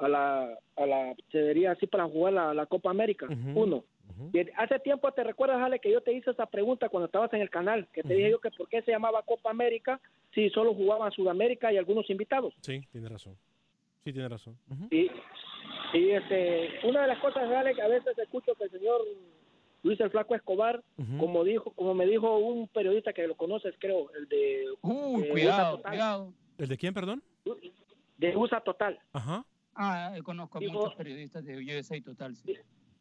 se diría así, para jugar la Copa América. Uno. Hace tiempo, ¿te recuerdas, Ale, que yo te hice esa pregunta cuando estabas en el canal? Que te dije yo que por qué se llamaba Copa América si solo jugaban Sudamérica y algunos invitados. Sí, tiene razón. Sí, tiene razón. Y una de las cosas, Ale, que a veces escucho que el señor Luis el Flaco Escobar, como me dijo un periodista que lo conoces, creo, el de cuidado. ¿El de quién, perdón? De USA Total. Ajá. Conozco a muchos periodistas de USA Total. Sí.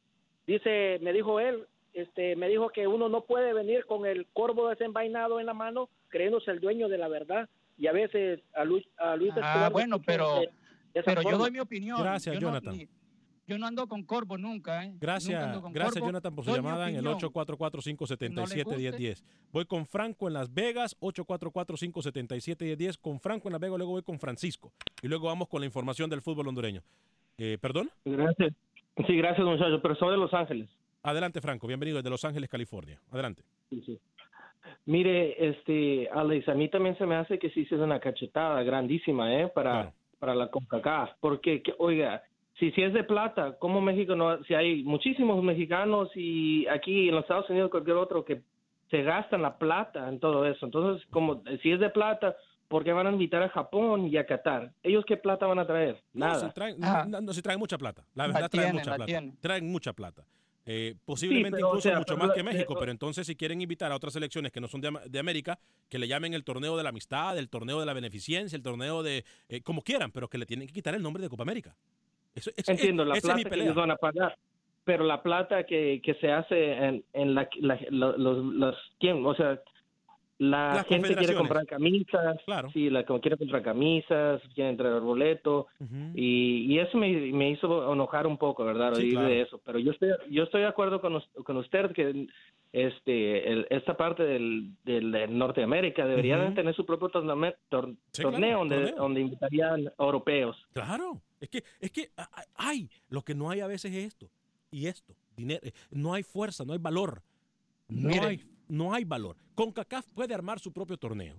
Me dijo él, me dijo que uno no puede venir con el corvo desenvainado en la mano creyéndose el dueño de la verdad, y a veces a Luis Escobar... Bueno, pero yo doy mi opinión. Gracias, Jonathan. Yo no ando con Corvo nunca, ¿eh? Gracias, Jonathan, por su llamada en el 844-577-1010. Voy con Franco en Las Vegas, 844-577-1010. Con Franco en Las Vegas, luego voy con Francisco. Y luego vamos con la información del fútbol hondureño. ¿Perdón? Gracias. Sí, gracias, muchachos, pero soy de Los Ángeles. Adelante, Franco. Bienvenido desde Los Ángeles, California. Adelante. Sí. Mire, Alex, a mí también se me hace que sí es una cachetada grandísima, para la CONCACAF. Porque, oiga, si es de plata, ¿cómo México no? Si hay muchísimos mexicanos y aquí en los Estados Unidos cualquier otro que se gastan la plata en todo eso. Entonces, como si es de plata, ¿por qué van a invitar a Japón y a Qatar? ¿Ellos qué plata van a traer? Nada. Se traen mucha plata. La verdad, traen mucha plata. Traen mucha plata. Posiblemente sí, pero, incluso mucho más que México, pero entonces si quieren invitar a otras selecciones que no son de América, que le llamen el torneo de la amistad, el torneo de la beneficencia, el torneo de como quieran, pero que le tienen que quitar el nombre de Copa América. Entiendo, la plata que ellos van a pagar, pero la plata que se hace en ¿quién? O sea, la gente quiere comprar camisas, sí, quiere comprar camisas, quiere traer boleto, y eso me hizo enojar un poco, ¿verdad? Oír de eso, pero yo estoy de acuerdo con usted que esta parte del Norteamérica deberían tener su propio torneo donde invitarían a europeos. Claro, es que lo que no hay a veces es esto, dinero, no hay fuerza, no hay valor, no hay valor. CONCACAF puede armar su propio torneo.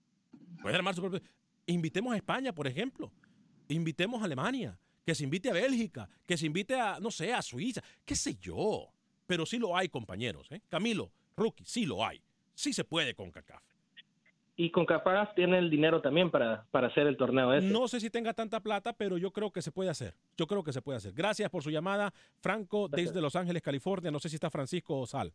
Invitemos a España, por ejemplo. Invitemos a Alemania. Que se invite a Bélgica. Que se invite a Suiza. Qué sé yo. Pero sí lo hay, compañeros. Camilo, Rookie, sí lo hay. Sí se puede CONCACAF. Y CONCACAF tiene el dinero también para hacer el torneo ese. No sé si tenga tanta plata, pero yo creo que se puede hacer. Gracias por su llamada, Franco, desde Los Ángeles, California. No sé si está Francisco o Sal.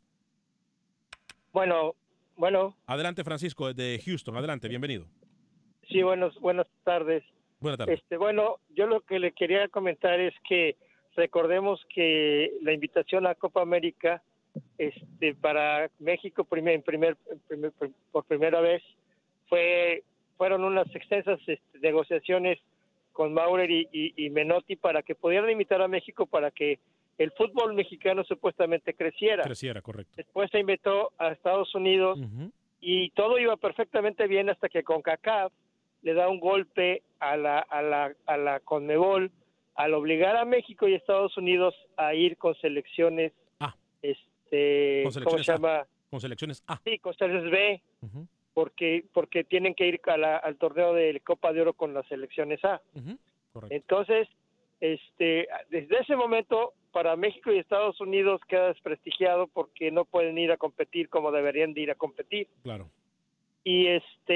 Bueno. Adelante, Francisco, desde Houston. Adelante, bienvenido. Sí, buenas tardes. Buenas tardes. Yo lo que le quería comentar es que recordemos que la invitación a Copa América para México por primera vez fueron unas extensas negociaciones con Maurer y Menotti para que pudieran invitar a México para que el fútbol mexicano supuestamente creciera. Correcto. Después se invitó a Estados Unidos y todo iba perfectamente bien hasta que CONCACAF le da un golpe a la CONMEBOL al obligar a México y Estados Unidos a ir con selecciones ¿cómo se llama? Con selecciones A. Sí, con selecciones B, porque tienen que ir al torneo de Copa de Oro con las selecciones A. Correcto. Entonces, desde ese momento para México y Estados Unidos queda desprestigiado porque no pueden ir a competir como deberían de ir a competir. Claro. Y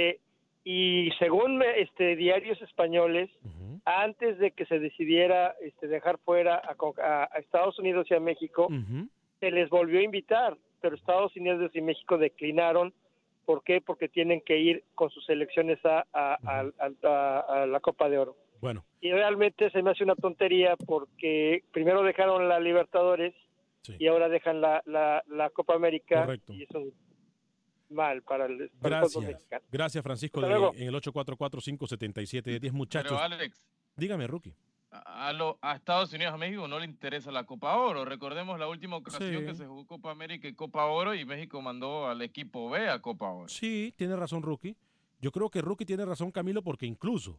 según diarios españoles, antes de que se decidiera dejar fuera a Estados Unidos y a México, se les volvió a invitar, pero Estados Unidos y México declinaron. ¿Por qué? Porque tienen que ir con sus selecciones a la Copa de Oro. Bueno. Y realmente se me hace una tontería porque primero dejaron la Libertadores y ahora dejan la Copa América. Correcto. Y eso es mal para el fútbol mexicano. Gracias, Francisco, en el 844-577-10. Muchachos. Pero Alex, dígame, Rookie. A Estados Unidos, a México no le interesa la Copa Oro. Recordemos la última ocasión que se jugó Copa América y Copa Oro y México mandó al equipo B a Copa Oro. Sí, tiene razón, Rookie. Yo creo que Rookie tiene razón, Camilo, porque incluso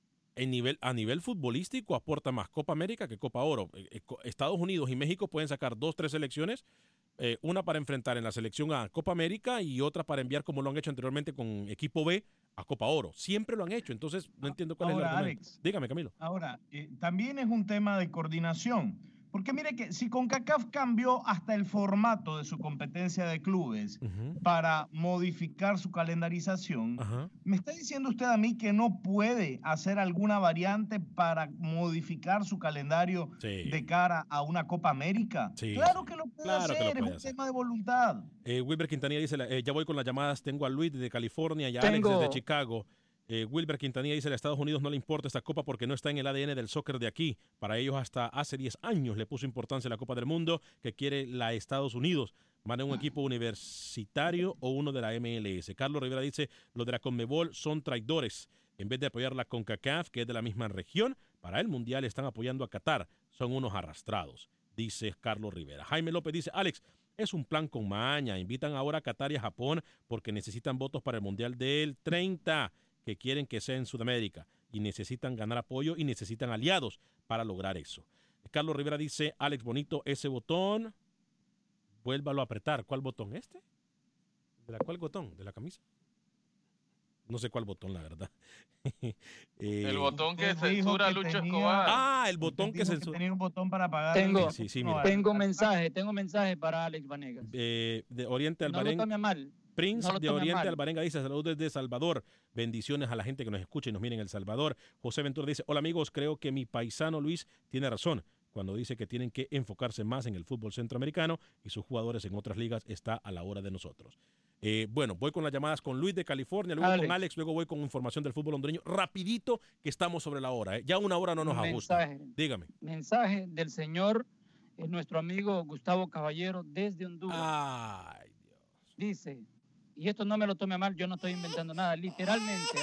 a nivel futbolístico aporta más Copa América que Copa Oro. Estados Unidos y México pueden sacar 2-3 selecciones, una para enfrentar en la selección A Copa América y otra para enviar, como lo han hecho anteriormente con equipo B, a Copa Oro. Siempre lo han hecho, entonces no entiendo cuál es el argumento. Alex, dígame, Camilo. Ahora, también es un tema de coordinación. Porque mire que si CONCACAF cambió hasta el formato de su competencia de clubes para modificar su calendarización, ¿me está diciendo usted a mí que no puede hacer alguna variante para modificar su calendario de cara a una Copa América? Claro que lo puede hacer, es un tema de voluntad. Wilber Quintanilla dice, ya voy con las llamadas, tengo a Luis desde California y a Alex desde Chicago. Wilber Quintanilla dice, a Estados Unidos no le importa esta copa porque no está en el ADN del soccer de aquí. Para ellos hasta hace 10 años le puso importancia a la Copa del Mundo que quiere la Estados Unidos. Van a un equipo universitario o uno de la MLS. Carlos Rivera dice, los de la CONMEBOL son traidores. En vez de apoyar la CONCACAF, que es de la misma región, Para el Mundial están apoyando a Qatar. Son unos arrastrados, dice Carlos Rivera. Jaime López dice, Alex, es un plan con maña. Invitan ahora a Qatar y a Japón porque necesitan votos para el Mundial del 30, que quieren que sea en Sudamérica. Y necesitan ganar apoyo y necesitan aliados para lograr eso. Carlos Rivera dice, Alex Bonito, ese botón, vuélvalo a apretar. ¿Cuál botón? ¿Este? ¿Cuál botón? ¿De la camisa? No sé cuál botón, la verdad. El botón que censura a Lucho Escobar. El botón que censura. Tenía un botón para apagar. Tengo mensaje para Alex Vanegas. De Oriente No Alvarenga. lo tome mal. Prince No de Oriente Alvarenga dice, saludos desde Salvador. Bendiciones a la gente que nos escucha y nos mira en El Salvador. José Ventura dice, hola amigos, creo que mi paisano Luis tiene razón cuando dice que tienen que enfocarse más en el fútbol centroamericano y sus jugadores en otras ligas está a la hora de nosotros. Bueno, voy con las llamadas con Luis de California, luego con Alex, luego voy con información del fútbol hondureño. Rapidito, que estamos sobre la hora. Ya una hora no nos ajusta. Dígame. Mensaje del señor, nuestro amigo Gustavo Caballero desde Honduras. Ay, Dios. Dice, y esto no me lo tome mal, yo no estoy inventando nada, literalmente,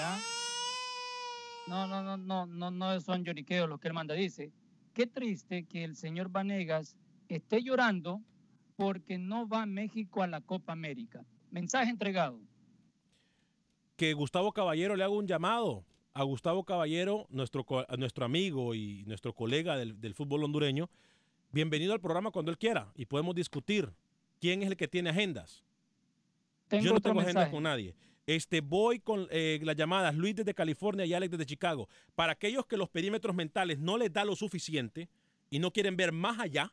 No son lloriqueos lo que él manda. Dice, qué triste que el señor Vanegas esté llorando porque no va a México a la Copa América. Mensaje entregado. Que Gustavo Caballero le haga un llamado. A Gustavo Caballero, nuestro amigo y nuestro colega del fútbol hondureño, bienvenido al programa cuando él quiera y podemos discutir quién es el que tiene agendas. Yo no tengo agendas con nadie. Voy con las llamadas Luis desde California y Alex desde Chicago. Para aquellos que los perímetros mentales no les da lo suficiente y no quieren ver más allá,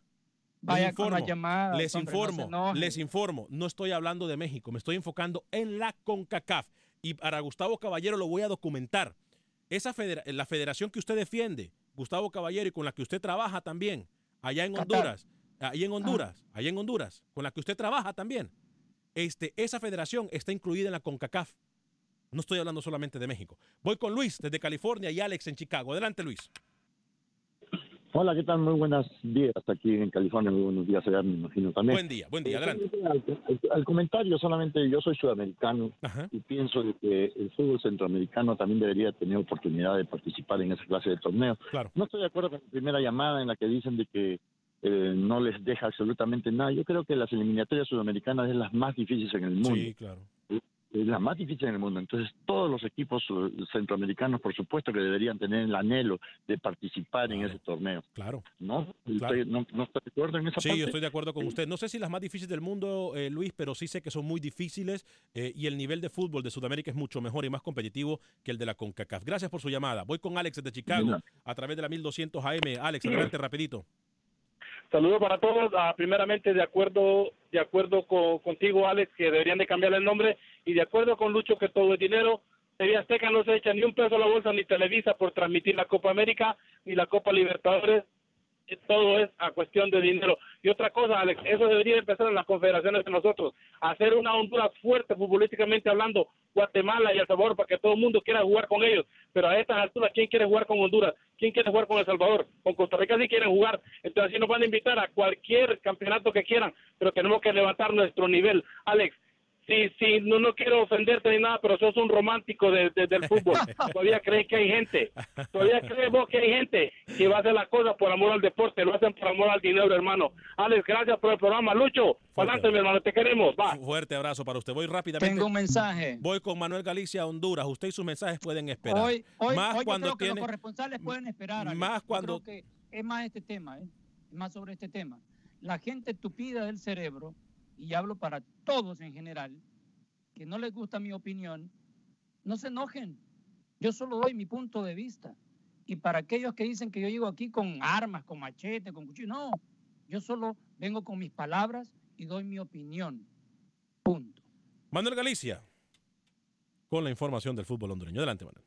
les informo. No estoy hablando de México, me estoy enfocando en la CONCACAF. Y para Gustavo Caballero lo voy a documentar. La federación que usted defiende, Gustavo Caballero, y con la que usted trabaja también, allá en Honduras, con la que usted trabaja también, esa federación está incluida en la CONCACAF. No estoy hablando solamente de México. Voy con Luis desde California y Alex en Chicago. Adelante, Luis. Hola, ¿qué tal? Muy buenos días aquí en California. Muy buenos días allá, me imagino también. Buen día, adelante. Al comentario, solamente yo soy sudamericano. Ajá. Y pienso de que el fútbol centroamericano también debería tener oportunidad de participar en esa clase de torneos. Claro. No estoy de acuerdo con la primera llamada en la que dicen de que no les deja absolutamente nada. Yo creo que las eliminatorias sudamericanas es las más difíciles en el mundo. Sí, claro. Es la más difícil en el mundo. Entonces, todos los equipos centroamericanos, por supuesto, que deberían tener el anhelo de participar en ese torneo. Claro. ¿No? Claro. ¿No estoy de acuerdo en esa parte? Sí, yo estoy de acuerdo con usted. No sé si las más difíciles del mundo, Luis, pero sí sé que son muy difíciles y el nivel de fútbol de Sudamérica es mucho mejor y más competitivo que el de la CONCACAF. Gracias por su llamada. Voy con Alex desde Chicago a través de la 1200 AM. Alex, adelante rapidito. Saludos para todos. Primeramente, de acuerdo contigo, Alex, que deberían de cambiarle el nombre, y de acuerdo con Lucho que todo es dinero. TV Azteca no se echa ni un peso a la bolsa ni Televisa por transmitir la Copa América ni la Copa Libertadores. Todo es a cuestión de dinero. Y otra cosa, Alex, eso debería empezar en las confederaciones de nosotros, hacer una Honduras fuerte futbolísticamente hablando, Guatemala y El Salvador, para que todo el mundo quiera jugar con ellos. Pero a estas alturas, ¿quién quiere jugar con Honduras? ¿Quién quiere jugar con El Salvador? Con Costa Rica sí quieren jugar. Entonces así nos van a invitar a cualquier campeonato que quieran, pero tenemos que levantar nuestro nivel. Alex, sí, no quiero ofenderte ni nada, pero sos un romántico del fútbol. Todavía crees que hay gente, que hay gente que va a hacer las cosas por amor al deporte, lo hacen por amor al dinero, hermano. Alex, gracias por el programa. Lucho, adelante, mi hermano, te queremos. Va. Fuerte abrazo para usted. Voy rápidamente. Tengo un mensaje. Voy con Manuel Galicia, Honduras. Usted y sus mensajes pueden esperar. Hoy yo creo que los corresponsales pueden esperar. Alex. Más cuando... Yo creo que es más este tema, es más sobre este tema. La gente tupida del cerebro, y hablo para todos en general, que no les gusta mi opinión, no se enojen. Yo solo doy mi punto de vista. Y para aquellos que dicen que yo llego aquí con armas, con machete, con cuchillo, no. Yo solo vengo con mis palabras y doy mi opinión. Punto. Manuel Galicia, con la información del fútbol hondureño. Adelante, Manuel.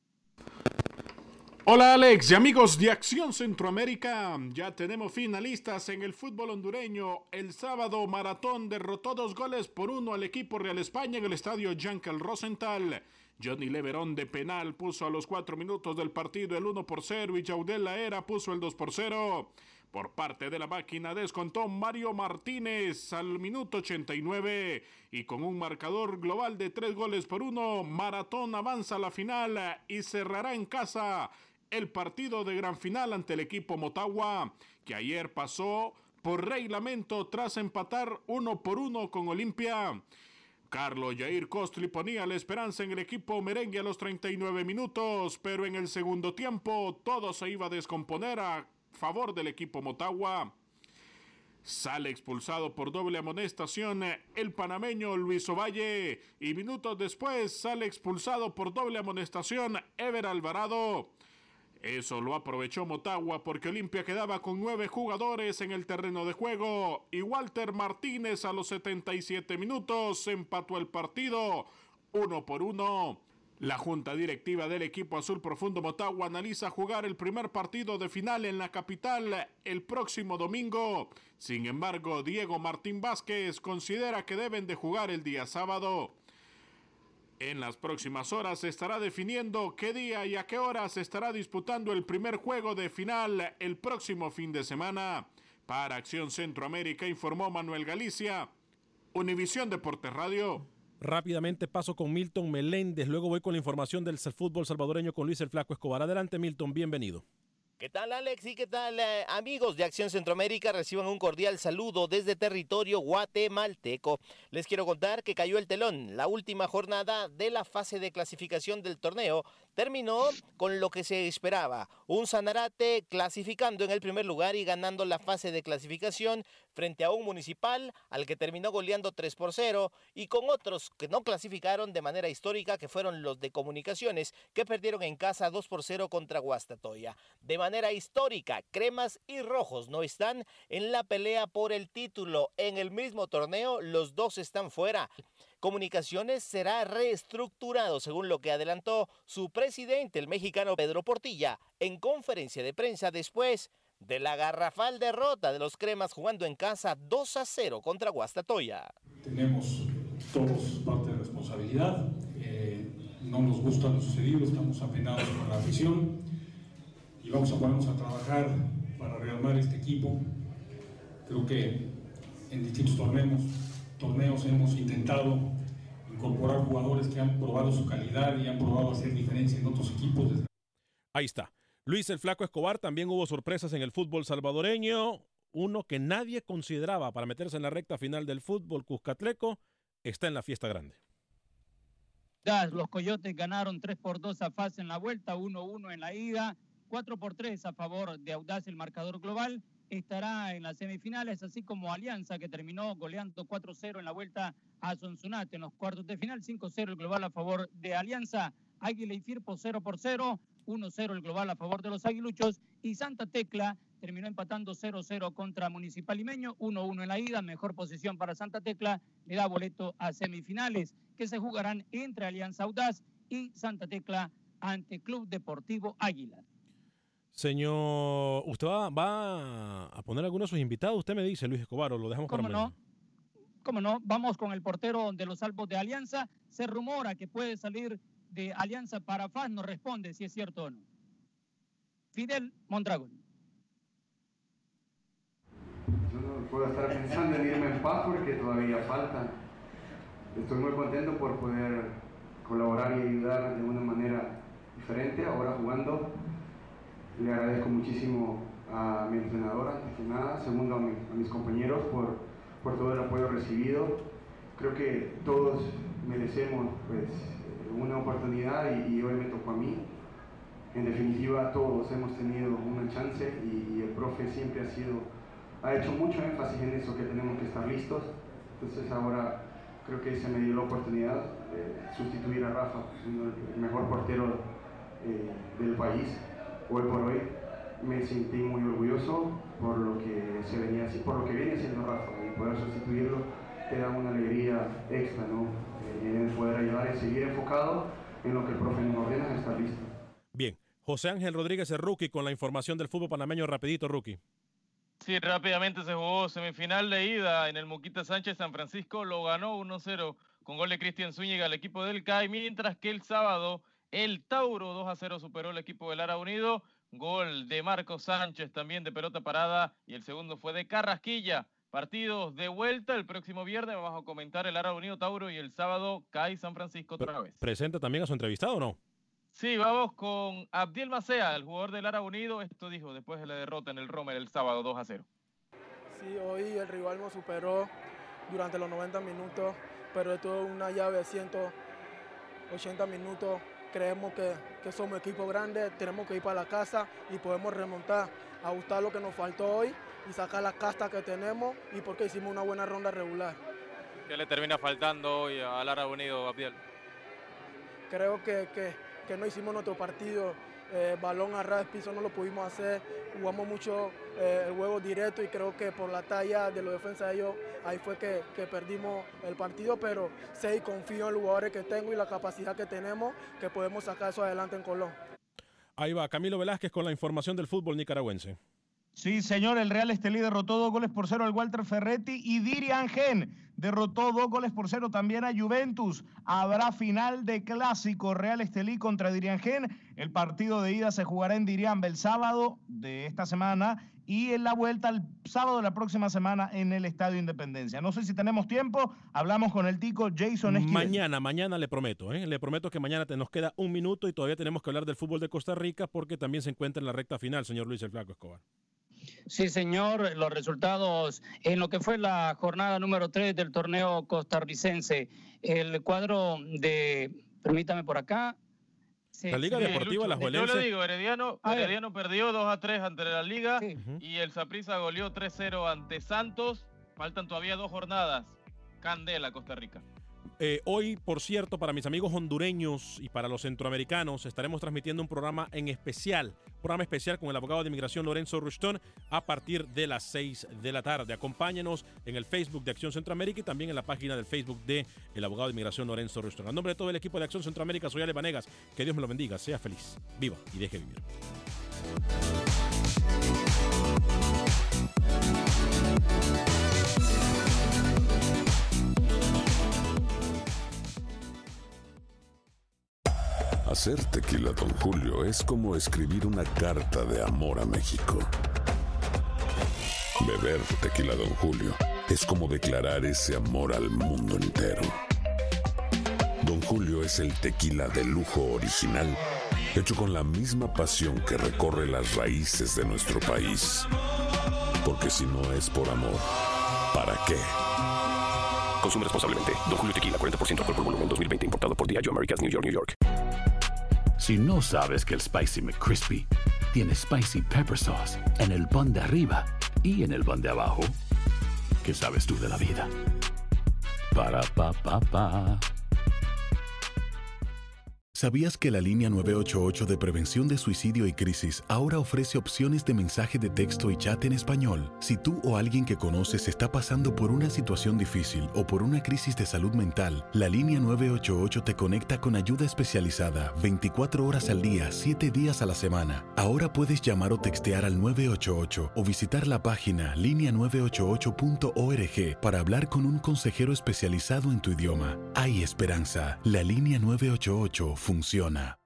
Hola Alex y amigos de Acción Centroamérica, ya tenemos finalistas en el fútbol hondureño. El sábado Maratón derrotó 2-1 al equipo Real España en el estadio Yankel Rosenthal. Johnny Leverón de penal puso a los 4 minutos del partido el 1-0 y Yaudel Laera puso el 2-0. Por parte de la máquina descontó Mario Martínez al minuto 89 y con un marcador global de 3-1, Maratón avanza a la final y cerrará en casa el partido de gran final ante el equipo Motagua, que ayer pasó por reglamento tras empatar 1-1 con Olimpia. Carlos Jair Costli ponía la esperanza en el equipo merengue a los 39 minutos, pero en el segundo tiempo todo se iba a descomponer a favor del equipo Motagua. Sale expulsado por doble amonestación el panameño Luis Ovalle y minutos después sale expulsado por doble amonestación Ever Alvarado. Eso lo aprovechó Motagua porque Olimpia quedaba con 9 jugadores en el terreno de juego y Walter Martínez a los 77 minutos empató el partido 1-1. La junta directiva del equipo azul profundo Motagua analiza jugar el primer partido de final en la capital el próximo domingo. Sin embargo, Diego Martín Vázquez considera que deben de jugar el día sábado. En las próximas horas se estará definiendo qué día y a qué hora se estará disputando el primer juego de final el próximo fin de semana. Para Acción Centroamérica informó Manuel Galicia, Univisión Deportes Radio. Rápidamente paso con Milton Meléndez, luego voy con la información del fútbol salvadoreño con Luis el Flaco Escobar. Adelante Milton, bienvenido. ¿Qué tal Alex y qué tal amigos de Acción Centroamérica? Reciban un cordial saludo desde territorio guatemalteco. Les quiero contar que cayó el telón. La última jornada de la fase de clasificación del torneo terminó con lo que se esperaba. Un Sanarate clasificando en el primer lugar y ganando la fase de clasificación frente a un Municipal al que terminó goleando 3-0 y con otros que no clasificaron de manera histórica que fueron los de Comunicaciones que perdieron en casa 2-0 contra Guastatoya. De manera histórica, Cremas y Rojos no están en la pelea por el título. En el mismo torneo, los dos están fuera. Comunicaciones será reestructurado, según lo que adelantó su presidente, el mexicano Pedro Portilla, en conferencia de prensa después de la garrafal derrota de los Cremas jugando en casa 2-0 contra Guastatoya. Tenemos todos parte de responsabilidad. No nos gusta lo sucedido, estamos apenados con la afición. Y vamos a ponernos a trabajar para rearmar este equipo. Creo que en distintos torneos hemos intentado incorporar jugadores que han probado su calidad y han probado hacer diferencia en otros equipos. Ahí está. Luis el Flaco Escobar, también hubo sorpresas en el fútbol salvadoreño. Uno que nadie consideraba para meterse en la recta final del fútbol cuscatleco está en la fiesta grande. Los Coyotes ganaron 3-2 a FAS en la vuelta, 1-1 en la ida. 4-3 a favor de Audaz el marcador global, estará en las semifinales, así como Alianza que terminó goleando 4-0 en la vuelta a Sonsonate en los cuartos de final, 5-0 el global a favor de Alianza, Águila y Firpo 0-0, 1-0 el global a favor de los aguiluchos y Santa Tecla terminó empatando 0-0 contra Municipal Limeño, 1-1 en la ida, mejor posición para Santa Tecla, le da boleto a semifinales que se jugarán entre Alianza Audaz y Santa Tecla ante Club Deportivo Águila. Señor, ¿usted va a poner alguno de sus invitados? Usted me dice, Luis Escobar, o lo dejamos para mañana. ¿Cómo no? Vamos con el portero de los Albos de Alianza. Se rumora que puede salir de Alianza para FAS. Nos responde si es cierto o no. Fidel Mondragón. Yo no puedo estar pensando en irme en FAS porque todavía falta. Estoy muy contento por poder colaborar y ayudar de una manera diferente. Ahora jugando. Le agradezco muchísimo a mi entrenadora, antes que nada, segundo a mis compañeros por todo el apoyo recibido. Creo que todos merecemos pues, una oportunidad y hoy me tocó a mí. En definitiva, todos hemos tenido una chance y el profe siempre ha hecho mucho énfasis en eso, que tenemos que estar listos. Entonces ahora creo que se me dio la oportunidad de sustituir a Rafa, el mejor portero del país. Hoy por hoy me sentí muy orgulloso por lo que viene haciendo Rafa y poder sustituirlo te da una alegría extra, ¿no? En poder ayudar y seguir enfocado en lo que el profe nos ordena es estar listo. Bien, José Ángel Rodríguez, el rookie, con la información del fútbol panameño, rapidito, rookie. Sí, rápidamente se jugó semifinal de ida en el Moquita Sánchez. San Francisco lo ganó 1-0 con gol de Cristian Zúñiga al equipo del CAI, mientras que el sábado el Tauro 2-0 superó al equipo del Lara Unido. Gol de Marcos Sánchez también de pelota parada y el segundo fue de Carrasquilla. Partidos de vuelta el próximo viernes. Vamos a comentar el Lara Unido Tauro y el sábado CAI San Francisco otra vez. ¿Presenta también a su entrevistado o no? Sí, vamos con Abdiel Macea, el jugador del Lara Unido. Esto dijo después de la derrota en el Romer el sábado 2-0. Sí, hoy el rival nos superó durante los 90 minutos, pero esto es una llave de 180 minutos. Creemos que somos equipo grande, tenemos que ir para la casa y podemos remontar, ajustar lo que nos faltó hoy y sacar la casta que tenemos y porque hicimos una buena ronda regular. ¿Qué le termina faltando hoy al Lara Unido, Abdiel? Creo que no hicimos nuestro partido, balón a ras piso no lo pudimos hacer, jugamos mucho el juego directo y creo que por la talla de los defensas de ellos, ahí fue que perdimos el partido, pero sé y confío en los jugadores que tengo y la capacidad que tenemos, que podemos sacar eso adelante en Colón. Ahí va, Camilo Velázquez con la información del fútbol nicaragüense. Sí, señor, el Real Estelí derrotó 2-0 al Walter Ferretti y Dirian Gen derrotó 2-0 también a Juventus. Habrá final de clásico Real Estelí contra Dirian Gen. El partido de ida se jugará en Diriamba el sábado de esta semana y en la vuelta el sábado de la próxima semana en el Estadio Independencia. No sé si tenemos tiempo, hablamos con el tico Jason Esquivel. Mañana le prometo que mañana nos queda un minuto y todavía tenemos que hablar del fútbol de Costa Rica porque también se encuentra en la recta final, señor Luis el Flaco Escobar. Sí, señor, los resultados en lo que fue la jornada número 3 del torneo costarricense. El cuadro de, permítame por acá. La Liga Deportiva Alajuelense. Yo le digo, Herediano perdió 2-3 ante la Liga y el Saprissa goleó 3-0 ante Santos. Faltan todavía 2 jornadas. Candela, Costa Rica. Hoy, por cierto, para mis amigos hondureños y para los centroamericanos, estaremos transmitiendo un programa especial con el abogado de inmigración Lorenzo Rushton a partir de las 6 de la tarde. Acompáñenos en el Facebook de Acción Centroamérica y también en la página del Facebook de el abogado de inmigración Lorenzo Rushton. A nombre de todo el equipo de Acción Centroamérica, soy Ale Vanegas. Que Dios me lo bendiga, sea feliz, viva y deje vivir. Hacer tequila Don Julio es como escribir una carta de amor a México. Beber tequila Don Julio es como declarar ese amor al mundo entero. Don Julio es el tequila de lujo original, hecho con la misma pasión que recorre las raíces de nuestro país. Porque si no es por amor, ¿para qué? Consume responsablemente. Don Julio Tequila, 40% alcohol por volumen, 2020, importado por Diageo Americas, New York, New York. Si no sabes que el Spicy McCrispy tiene Spicy Pepper Sauce en el pan de arriba y en el pan de abajo, ¿qué sabes tú de la vida? Para, pa, pa, pa. ¿Sabías que la línea 988 de prevención de suicidio y crisis ahora ofrece opciones de mensaje de texto y chat en español? Si tú o alguien que conoces está pasando por una situación difícil o por una crisis de salud mental, la línea 988 te conecta con ayuda especializada 24 horas al día, 7 días a la semana. Ahora puedes llamar o textear al 988 o visitar la página linea988.org para hablar con un consejero especializado en tu idioma. Hay esperanza. La línea 988 funciona.